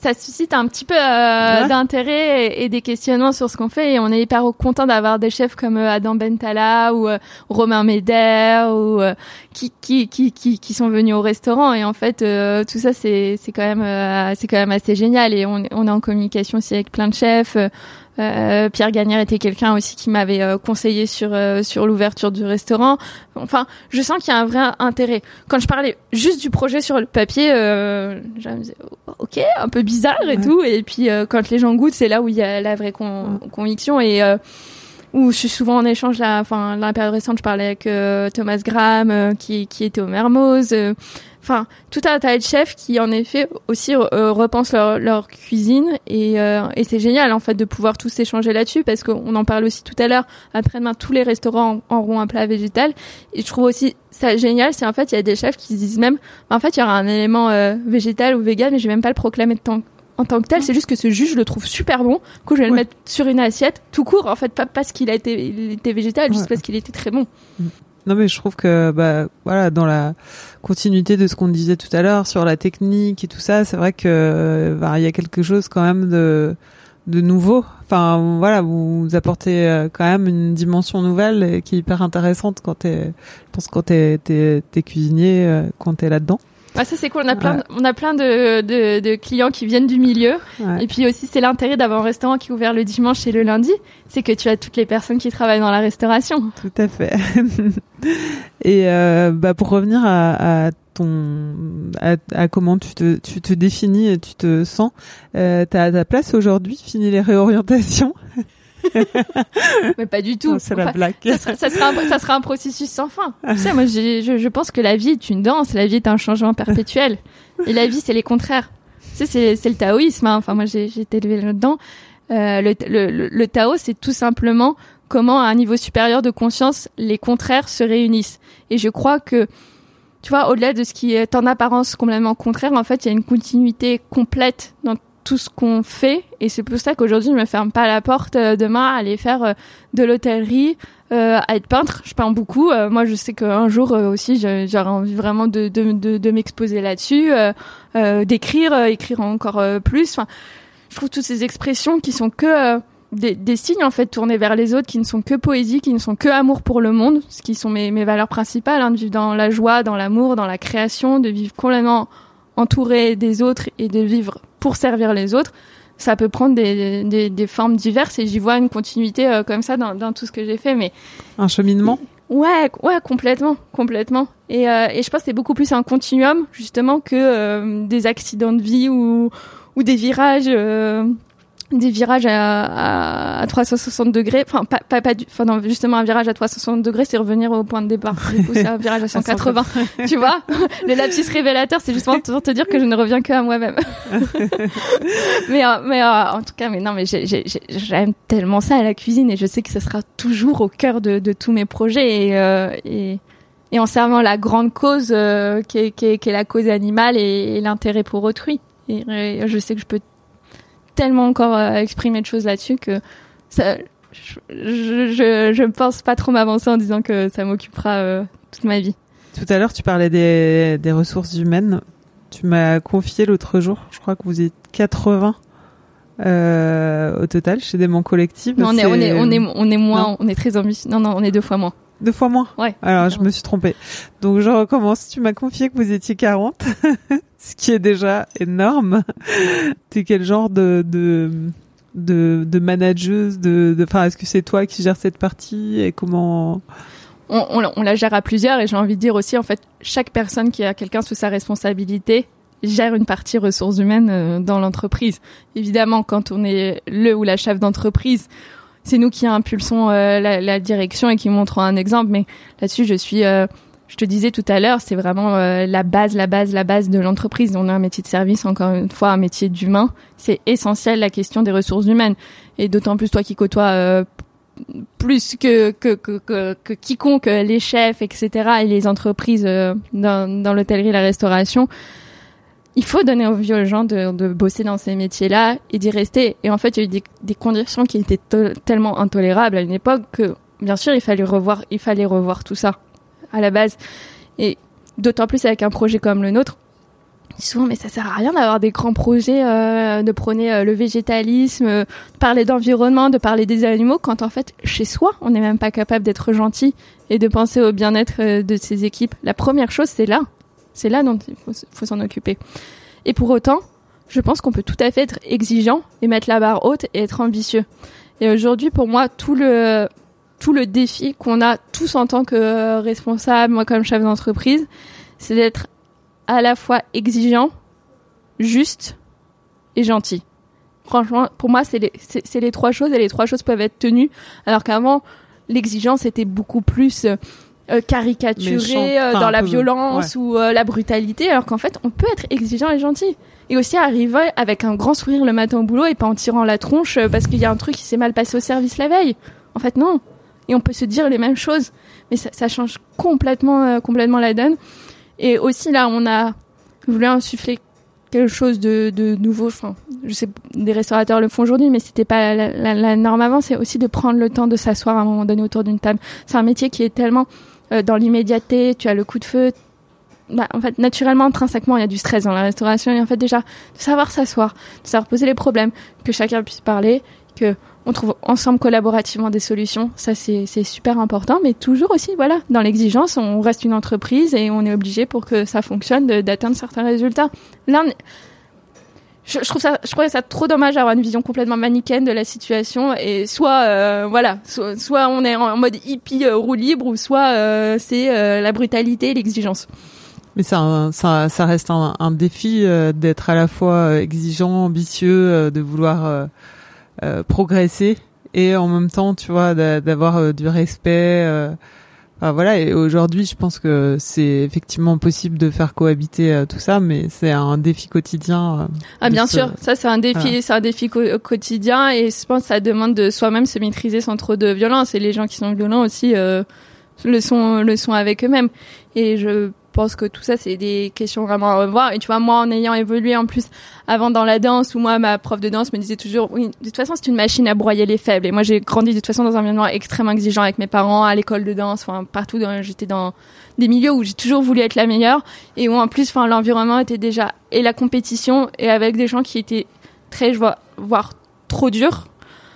ça suscite un petit peu euh, ouais. d'intérêt et, et des questionnements sur ce qu'on fait, et on est hyper content d'avoir des chefs comme euh, Adam Bentala ou euh, Romain Meder ou euh, qui, qui qui qui qui sont venus au restaurant, et en fait euh, tout ça c'est c'est quand même euh, c'est quand même assez génial, et on on est en communication aussi avec plein de chefs. euh, Euh, Pierre Gagnère était quelqu'un aussi qui m'avait euh, conseillé sur euh, sur l'ouverture du restaurant. Enfin, je sens qu'il y a un vrai intérêt. Quand je parlais juste du projet sur le papier, euh, je me disais ok, un peu bizarre et ouais. tout. Et puis euh, quand les gens goûtent, c'est là où il y a la vraie con- ouais. conviction, et euh, où je suis souvent en échange là. Enfin, la période récente, je parlais avec euh, Thomas Graham euh, qui qui était au Mermoz. Euh, Enfin, tout un tas de chefs qui, en effet, aussi euh, repensent leur, leur cuisine, et, euh, et c'est génial, en fait, de pouvoir tous échanger là-dessus, parce qu'on en parle aussi tout à l'heure. Après-demain, tous les restaurants auront un plat végétal, et je trouve aussi ça génial, c'est en fait, il y a des chefs qui se disent même, en fait, il y aura un élément euh, végétal ou vegan, mais je vais même pas le proclamer de tant, en tant que tel, c'est juste que ce jus, je le trouve super bon, que je vais ouais. le mettre sur une assiette, tout court, en fait, pas parce qu'il a été, il était végétal, juste ouais. parce qu'il était très bon. Non, mais je trouve que, bah, voilà, dans la continuité de ce qu'on disait tout à l'heure sur la technique et tout ça, c'est vrai que, bah, il y a quelque chose quand même de, de nouveau. Enfin, voilà, vous apportez euh, quand même une dimension nouvelle qui est hyper intéressante quand t'es, je pense, quand t'es, t'es, t'es cuisinier, euh, quand t'es là-dedans. Ah, ça c'est cool, on a plein, ouais. de, on a plein de, de, de clients qui viennent du milieu. Ouais. Et puis aussi, c'est l'intérêt d'avoir un restaurant qui est ouvert le dimanche et le lundi, c'est que tu as toutes les personnes qui travaillent dans la restauration. Tout à fait. Et euh, bah pour revenir à, à ton, à, à comment tu te, tu te définis et tu te sens, euh, t'as ta place aujourd'hui, fini les réorientations. Mais pas du tout. Non, c'est enfin, la blague. Ça sera, ça, sera un, ça sera un processus sans fin. Tu sais, moi, j'ai, je, je pense que la vie est une danse. La vie est un changement perpétuel. Et la vie, c'est les contraires. Tu sais, c'est, c'est le taoïsme. Hein. Enfin, moi, j'ai, j'ai été élevée là-dedans. Euh, le, le, le, le Tao, c'est tout simplement comment, à un niveau supérieur de conscience, les contraires se réunissent. Et je crois que, tu vois, au-delà de ce qui est en apparence complètement contraire, en fait, il y a une continuité complète dans tout ce qu'on fait, et c'est pour ça qu'aujourd'hui je me ferme pas la porte euh, demain à aller faire euh, de l'hôtellerie, euh, à être peintre. Je peins beaucoup. Euh, moi, je sais qu'un jour euh, aussi, je, j'aurais envie vraiment de, de, de, de m'exposer là-dessus, euh, euh, d'écrire, euh, écrire encore euh, plus. Enfin, je trouve toutes ces expressions qui sont que euh, des, des signes en fait tournés vers les autres, qui ne sont que poésie, qui ne sont que amour pour le monde, ce qui sont mes, mes valeurs principales, hein, de vivre dans la joie, dans l'amour, dans la création, de vivre complètement entouré des autres et de vivre pour servir les autres. Ça peut prendre des, des, des formes diverses, et j'y vois une continuité euh, comme ça dans, dans tout ce que j'ai fait. Mais un cheminement. Ouais, ouais, complètement, complètement. Et, euh, et je pense que c'est beaucoup plus un continuum justement que euh, des accidents de vie ou ou des virages. Euh, des virages à, à, à trois cent soixante degrés, enfin pas pas pas du, enfin non, justement un virage à trois cent soixante degrés, c'est revenir au point de départ. Du coup, c'est un virage à cent quatre-vingts. Tu vois, le lapsus révélateur, c'est justement pour te dire que je ne reviens que à moi-même. mais euh, mais euh, en tout cas, mais non, mais j'ai, j'ai, j'aime tellement ça à la cuisine, et je sais que ce sera toujours au cœur de, de tous mes projets, et euh, et et en servant la grande cause euh, qui est qui est qui est la cause animale et, et l'intérêt pour autrui. Et, et je sais que je peux tellement encore euh, exprimer de choses là-dessus que ça, je, je, je pense pas trop m'avancer en disant que ça m'occupera euh, toute ma vie. Tout à l'heure, tu parlais des, des ressources humaines. Tu m'as confié l'autre jour, je crois que vous êtes quatre-vingts euh, au total chez Démon Collective. Non, on est, on est, on est, on est moins, non. on est très ambitieux. Non, non, on est deux fois moins. Deux fois moins? Ouais. Alors, je me suis trompée. Donc, je recommence. Tu m'as confié que vous étiez quarante. Ce qui est déjà énorme. T'es quel genre de, de, de, de manageuse, de, de, enfin, est-ce que c'est toi qui gères cette partie, et comment? On, on, on la gère à plusieurs, et j'ai envie de dire aussi, en fait, chaque personne qui a quelqu'un sous sa responsabilité gère une partie ressources humaines euh, dans l'entreprise. Évidemment, quand on est le ou la chef d'entreprise, c'est nous qui impulsons euh, la, la direction et qui montrons un exemple. Mais là-dessus, je suis, euh, je te disais tout à l'heure, c'est vraiment euh, la base, la base, la base de l'entreprise. On a un métier de service, encore une fois, un métier d'humain. C'est essentiel, la question des ressources humaines. Et d'autant plus toi qui côtoies euh, plus que, que, que, que, que quiconque les chefs, et cetera, et les entreprises euh, dans, dans l'hôtellerie et la restauration. Il faut donner envie aux gens de, de bosser dans ces métiers-là et d'y rester. Et en fait, il y a eu des, des conditions qui étaient to- tellement intolérables à une époque que, bien sûr, il fallait revoir, il fallait revoir tout ça à la base. Et d'autant plus avec un projet comme le nôtre, souvent, mais ça sert à rien d'avoir des grands projets, euh, de prôner euh, le végétalisme, euh, de parler d'environnement, de parler des animaux, quand en fait, chez soi, on n'est même pas capable d'être gentil et de penser au bien-être euh, de ses équipes. La première chose, c'est là. C'est là dont il faut, faut s'en occuper. Et pour autant, je pense qu'on peut tout à fait être exigeant et mettre la barre haute et être ambitieux. Et aujourd'hui, pour moi, tout le, tout le défi qu'on a tous en tant que euh, responsable, moi comme chef d'entreprise, c'est d'être à la fois exigeant, juste et gentil. Franchement, pour moi, c'est les, c'est, c'est les trois choses et les trois choses peuvent être tenues. Alors qu'avant, l'exigence était beaucoup plus euh, caricaturée euh, dans la peu, violence ouais. ou euh, la brutalité. Alors qu'en fait, on peut être exigeant et gentil. Et aussi arriver avec un grand sourire le matin au boulot et pas en tirant la tronche parce qu'il y a un truc qui s'est mal passé au service la veille. En fait, non. Et on peut se dire les mêmes choses. Mais ça, ça change complètement, euh, complètement la donne. Et aussi, là, on a voulu insuffler quelque chose de, de nouveau. Enfin, je sais, des restaurateurs le font aujourd'hui, mais c'était pas la, la, la norme avant. C'est aussi de prendre le temps de s'asseoir à un moment donné autour d'une table. C'est un métier qui est tellement euh, dans l'immédiateté. Tu as le coup de feu. Bah, en fait, naturellement, intrinsèquement, il y a du stress dans la restauration. Et en fait, déjà, de savoir s'asseoir, de savoir poser les problèmes, que chacun puisse parler, que on trouve ensemble collaborativement des solutions. Ça, c'est, c'est super important. Mais toujours aussi, voilà, dans l'exigence, on reste une entreprise et on est obligé pour que ça fonctionne de, d'atteindre certains résultats. Là, on est... je, je trouve ça, je trouve ça trop dommage d'avoir une vision complètement manichéenne de la situation. Et soit, euh, voilà, soit, soit on est en mode hippie euh, roue libre, ou soit euh, c'est euh, la brutalité et l'exigence. Mais ça, ça, ça reste un, un défi euh, d'être à la fois exigeant, ambitieux, euh, de vouloir euh, euh, progresser et en même temps, tu vois, d'avoir euh, du respect. Euh, enfin, voilà. Et aujourd'hui, je pense que c'est effectivement possible de faire cohabiter euh, tout ça, mais c'est un défi quotidien. Euh, ah bien ce... sûr, ça c'est un défi, voilà. c'est un défi co- quotidien et je pense que ça demande de soi-même se maîtriser sans trop de violence. Et les gens qui sont violents aussi euh, le sont, le sont avec eux-mêmes. Et je Je pense que tout ça, c'est des questions vraiment à revoir. Et tu vois, moi, en ayant évolué en plus avant dans la danse, où moi, ma prof de danse me disait toujours, oui, de toute façon, c'est une machine à broyer les faibles. Et moi, j'ai grandi de toute façon dans un environnement extrêmement exigeant avec mes parents, à l'école de danse, enfin, partout. Dans, j'étais dans des milieux où j'ai toujours voulu être la meilleure et où en plus, enfin, l'environnement était déjà et la compétition et avec des gens qui étaient très, je vois, voire trop durs.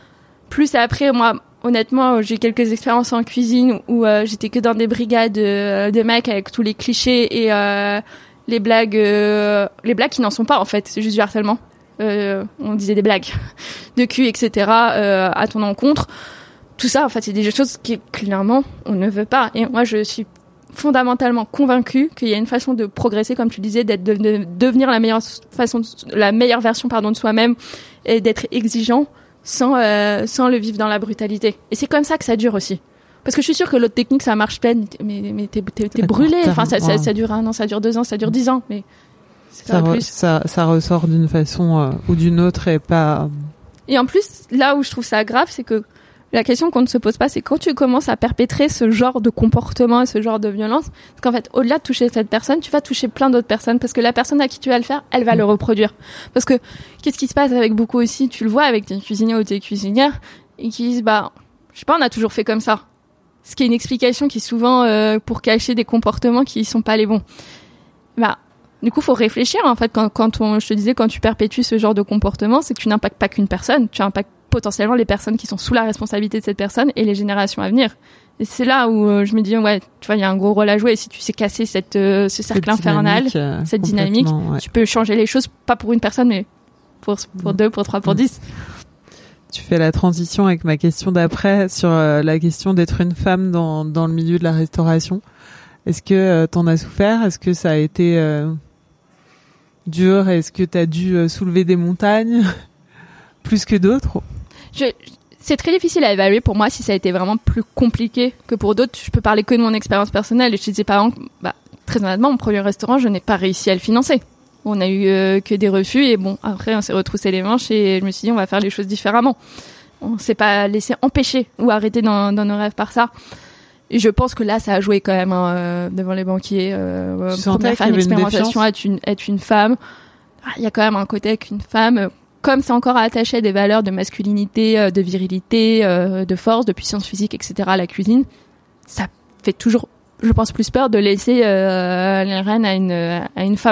Plus après, moi, honnêtement, j'ai quelques expériences en cuisine où euh, j'étais que dans des brigades euh, de mecs avec tous les clichés et euh, les blagues, euh, les blagues qui n'en sont pas en fait, c'est juste du harcèlement. Euh, on disait des blagues de cul, et cetera. Euh, à ton encontre. Tout ça, en fait, c'est des choses qui clairement on ne veut pas. Et moi, je suis fondamentalement convaincue qu'il y a une façon de progresser, comme tu disais, d'être de, de devenir la meilleure façon, de, la meilleure version, pardon, de soi-même et d'être exigeant. Sans, euh, sans le vivre dans la brutalité. Et c'est comme ça que ça dure aussi. Parce que je suis sûre que l'autre technique, ça marche pleine, mais, mais t'es, t'es, t'es brûlé. Enfin, ça, ça, ça dure un an, ça dure deux ans, ça dure dix ans, mais ça, re, plus. ça, ça ressort d'une façon euh, ou d'une autre et pas... Et en plus, là où je trouve ça grave, c'est que la question qu'on ne se pose pas, c'est quand tu commences à perpétrer ce genre de comportement et ce genre de violence, parce qu'en fait, au-delà de toucher cette personne, tu vas toucher plein d'autres personnes, parce que la personne à qui tu vas le faire, elle va mmh. le reproduire. Parce que, qu'est-ce qui se passe avec beaucoup aussi, tu le vois avec tes cuisiniers ou tes cuisinières, et qui disent, bah, je sais pas, on a toujours fait comme ça. Ce qui est une explication qui est souvent euh, pour cacher des comportements qui sont pas les bons. Bah, du coup, faut réfléchir, en fait, quand, quand on, je te disais, quand tu perpétues ce genre de comportement, c'est que tu n'impactes pas qu'une personne, tu impactes potentiellement les personnes qui sont sous la responsabilité de cette personne et les générations à venir. Et c'est là où euh, je me dis, ouais, tu vois, il y a un gros rôle à jouer. Et si tu sais casser cette, euh, ce cercle infernal, euh, cette dynamique, ouais. tu peux changer les choses, pas pour une personne, mais pour, pour mmh. deux, pour trois, pour mmh. dix. Tu fais la transition avec ma question d'après sur euh, la question d'être une femme dans, dans le milieu de la restauration. Est-ce que euh, t'en as souffert? Est-ce que ça a été euh, dur? Est-ce que t'as dû euh, soulever des montagnes plus que d'autres? Je, c'est très difficile à évaluer pour moi si ça a été vraiment plus compliqué que pour d'autres. Je peux parler que de mon expérience personnelle. Et je te disais par exemple, bah, très honnêtement, mon premier restaurant, je n'ai pas réussi à le financer. On a eu euh, que des refus et bon, après on s'est retroussé les manches et je me suis dit on va faire les choses différemment. On s'est pas laissé empêcher ou arrêter dans, dans nos rêves par ça. Et je pense que là, ça a joué quand même hein, euh, devant les banquiers. Euh, première faire une expérimentation, être une, être une femme. Il y a quand même un côté avec une femme... Comme c'est encore attaché à des valeurs de masculinité, de virilité, de force, de puissance physique, et cetera, à la cuisine, ça fait toujours, je pense, plus peur de laisser euh, les rênes à une, à une femme.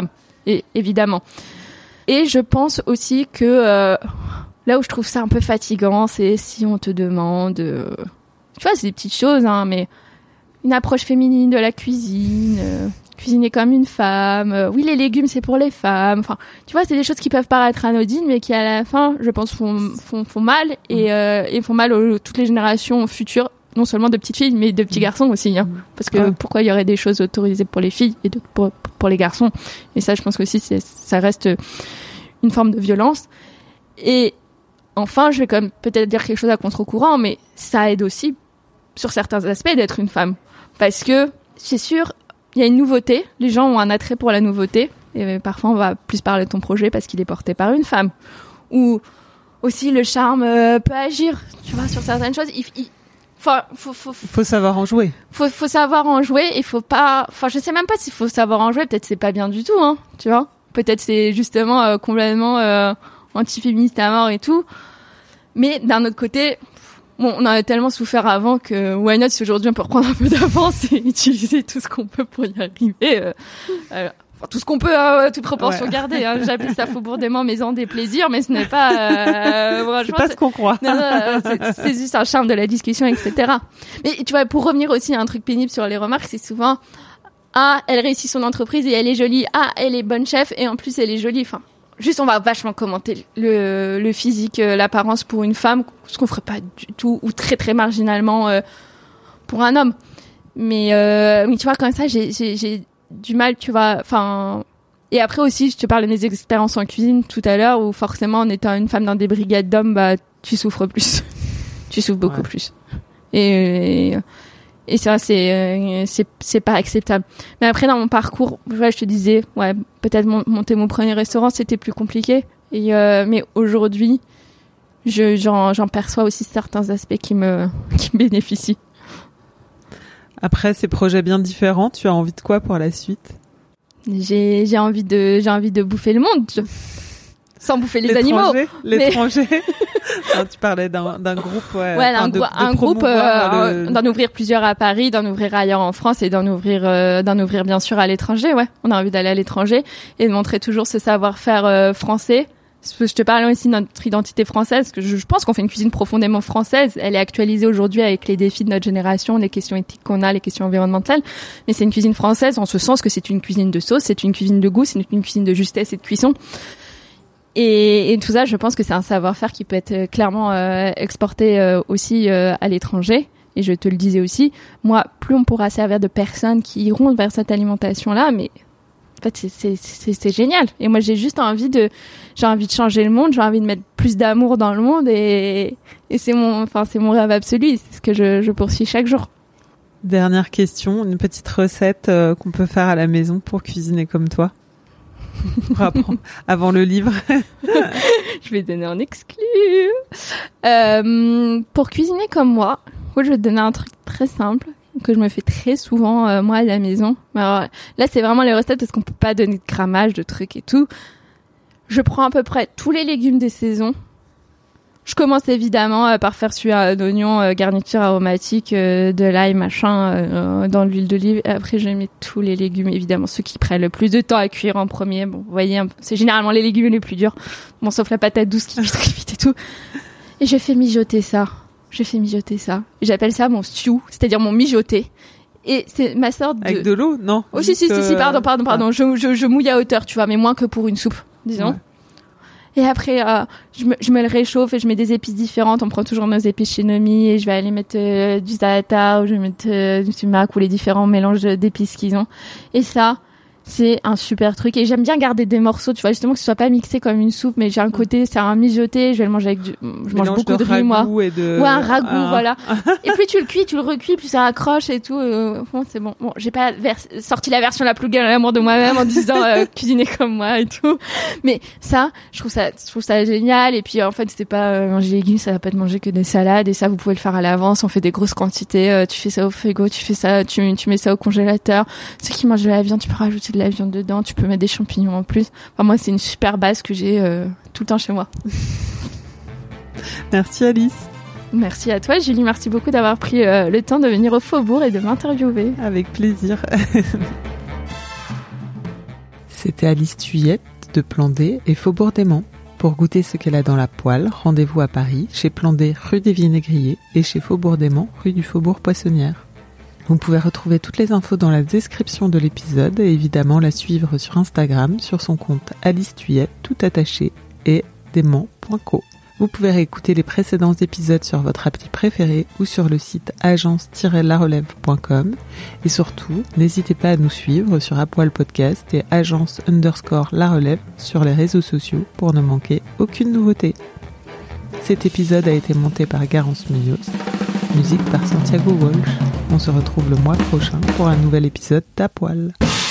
et, évidemment. Et je pense aussi que euh, là où je trouve ça un peu fatigant, c'est si on te demande, euh, tu vois, c'est des petites choses, hein, mais une approche féminine de la cuisine, euh, cuisiner comme une femme, euh, oui, les légumes, c'est pour les femmes. Enfin, tu vois, c'est des choses qui peuvent paraître anodines, mais qui, à la fin, je pense, font, font, font mal et, euh, et font mal aux toutes les générations futures, non seulement de petites filles, mais de petits garçons aussi, hein. Parce que ouais. Pourquoi il y aurait des choses autorisées pour les filles et d'autres pour, pour les garçons? Et ça, je pense qu'aussi, c'est, ça reste une forme de violence. Et enfin, je vais quand même peut-être dire quelque chose à contre-courant, mais ça aide aussi, sur certains aspects, d'être une femme. Parce que, c'est sûr, il y a une nouveauté. Les gens ont un attrait pour la nouveauté. Et parfois, on va plus parler de ton projet parce qu'il est porté par une femme. Ou aussi, le charme euh, peut agir, tu vois, sur certaines choses. Il, il faut, faut, faut, faut, faut savoir en jouer. Faut, faut savoir en jouer. Il faut pas... Enfin, je sais même pas s'il faut savoir en jouer. Peut-être c'est pas bien du tout, hein, tu vois. Peut-être c'est justement euh, complètement euh, anti-féministe à mort et tout. Mais d'un autre côté... Bon, on a tellement souffert avant que why not si aujourd'hui on peut reprendre un peu d'avance et utiliser tout ce qu'on peut pour y arriver. Euh, euh, enfin, tout ce qu'on peut, hein, toute proportion ouais. gardée. Hein. J'appelle ça faubourdement maison des plaisirs, mais ce n'est pas... Euh, c'est pas ce qu'on croit. Non, non, c'est, c'est juste un charme de la discussion, et cetera. Mais tu vois, pour revenir aussi à un truc pénible sur les remarques, c'est souvent « Ah, elle réussit son entreprise et elle est jolie. Ah, elle est bonne chef et en plus elle est jolie. » Enfin, juste, on va vachement commenter le, le physique, l'apparence pour une femme, ce qu'on ferait pas du tout, ou très très marginalement euh, pour un homme. Mais, euh, mais tu vois, comme ça, j'ai, j'ai, j'ai du mal, tu vois, enfin... Et après aussi, je te parlais de mes expériences en cuisine tout à l'heure, où forcément, en étant une femme dans des brigades d'hommes, bah, tu souffres plus. tu souffres beaucoup ouais. plus. Et... et Et ça, c'est, euh, c'est, c'est pas acceptable. Mais après, dans mon parcours, ouais, je te disais, ouais, peut-être mon, monter mon premier restaurant, c'était plus compliqué. Et, euh, mais aujourd'hui, je, j'en, j'en perçois aussi certains aspects qui me, qui me bénéficient. Après ces projets bien différents, tu as envie de quoi pour la suite? J'ai, j'ai envie de, j'ai envie de bouffer le monde. Sans bouffer les animaux. L'étranger. Mais... non, tu parlais d'un, d'un groupe, ouais. Ouais, un, de, un de groupe, euh, le... d'en ouvrir plusieurs à Paris, d'en ouvrir ailleurs en France et d'en ouvrir, euh, d'en ouvrir bien sûr à l'étranger, ouais. On a envie d'aller à l'étranger et de montrer toujours ce savoir-faire euh, français. Je te parlais aussi de notre identité française, parce que je, je pense qu'on fait une cuisine profondément française. Elle est actualisée aujourd'hui avec les défis de notre génération, les questions éthiques qu'on a, les questions environnementales. Mais c'est une cuisine française en ce sens que c'est une cuisine de sauce, c'est une cuisine de goût, c'est une cuisine de justesse et de cuisson. Et, et tout ça, je pense que c'est un savoir-faire qui peut être clairement euh, exporté euh, aussi euh, à l'étranger. Et je te le disais aussi, moi, plus on pourra servir de personnes qui iront vers cette alimentation-là, mais en fait, c'est, c'est, c'est, c'est génial. Et moi, j'ai juste envie de, j'ai envie de changer le monde, j'ai envie de mettre plus d'amour dans le monde, et, et c'est mon, enfin, c'est mon rêve absolu. C'est ce que je, je poursuis chaque jour. Dernière question, une petite recette euh, qu'on peut faire à la maison pour cuisiner comme toi. Avant le livre. Je vais donner un exclu. Euh, pour cuisiner comme moi, je vais te donner un truc très simple que je me fais très souvent euh, moi à la maison. Alors, là, c'est vraiment les recettes parce qu'on peut pas donner de grammage, de trucs et tout. Je prends à peu près tous les légumes des saisons. Je commence évidemment euh, par faire suer un oignon, euh, garniture aromatique, euh, de l'ail, machin, euh, dans l'huile d'olive. Et après, je mets tous les légumes, évidemment, ceux qui prennent le plus de temps à cuire en premier. Bon, vous voyez, c'est généralement les légumes les plus durs. Bon, sauf la patate douce qui cuit très vite et tout. Et je fais mijoter ça. Je fais mijoter ça. J'appelle ça mon stew, c'est-à-dire mon mijoté. Et c'est ma sorte de... Avec de l'eau, non? Oh, si, si, si, si, pardon, pardon, pardon. Ah. Je, je, je mouille à hauteur, tu vois, mais moins que pour une soupe, disons. Ouais. Et après, euh, je, me, je me le réchauffe et je mets des épices différentes. On prend toujours nos épices chez Nomi et je vais aller mettre euh, du za'atar ou je vais mettre euh, du sumac ou les différents mélanges d'épices qu'ils ont. Et ça, c'est un super truc. Et j'aime bien garder des morceaux, tu vois, justement que ce soit pas mixé comme une soupe, mais j'ai un côté, c'est un mijoté. Je vais le manger avec du, je mange beaucoup de, de riz, moi. Et de... Ouais, un ragoût, ah. voilà. Et plus tu le cuis, tu le recuis, plus ça accroche et tout. Euh, bon, c'est bon. Bon, j'ai pas vers... sorti la version la plus glamour de moi-même en disant euh, cuisiner comme moi et tout. Mais ça, je trouve ça, je trouve ça génial. Et puis en fait, c'est pas euh, manger des légumes, ça va pas te manger que des salades. Et ça, vous pouvez le faire à l'avance. On fait des grosses quantités. Euh, tu fais ça au frigo, tu fais ça, tu, tu mets ça au congélateur. Ceux qui mangent de la viande, tu peux rajouter de la viande dedans. Tu peux mettre des champignons en plus. Enfin, moi, c'est une super base que j'ai euh, tout le temps chez moi. Merci Alice. Merci à toi Julie, merci beaucoup d'avoir pris euh, le temps de venir au Faubourg et de m'interviewer. Avec plaisir. C'était Alice Tuyette de Plan D et Faubourg d'Aimant. Pour goûter ce qu'elle a dans la poêle, rendez-vous à Paris, chez Plan D, rue des Vinaigriers, et chez Faubourg d'Aimant, rue du Faubourg Poissonnière. Vous pouvez retrouver toutes les infos dans la description de l'épisode et évidemment la suivre sur Instagram, sur son compte Alice Tuyette, tout attaché, et d'aimant point co. Vous pouvez réécouter les précédents épisodes sur votre appli préférée ou sur le site agence tiret la relève point com. Et surtout, n'hésitez pas à nous suivre sur Apoil Podcast et agence underscore la relève sur les réseaux sociaux pour ne manquer aucune nouveauté. Cet épisode a été monté par Garance Munoz, musique par Santiago Walsh. On se retrouve le mois prochain pour un nouvel épisode d'Apoil.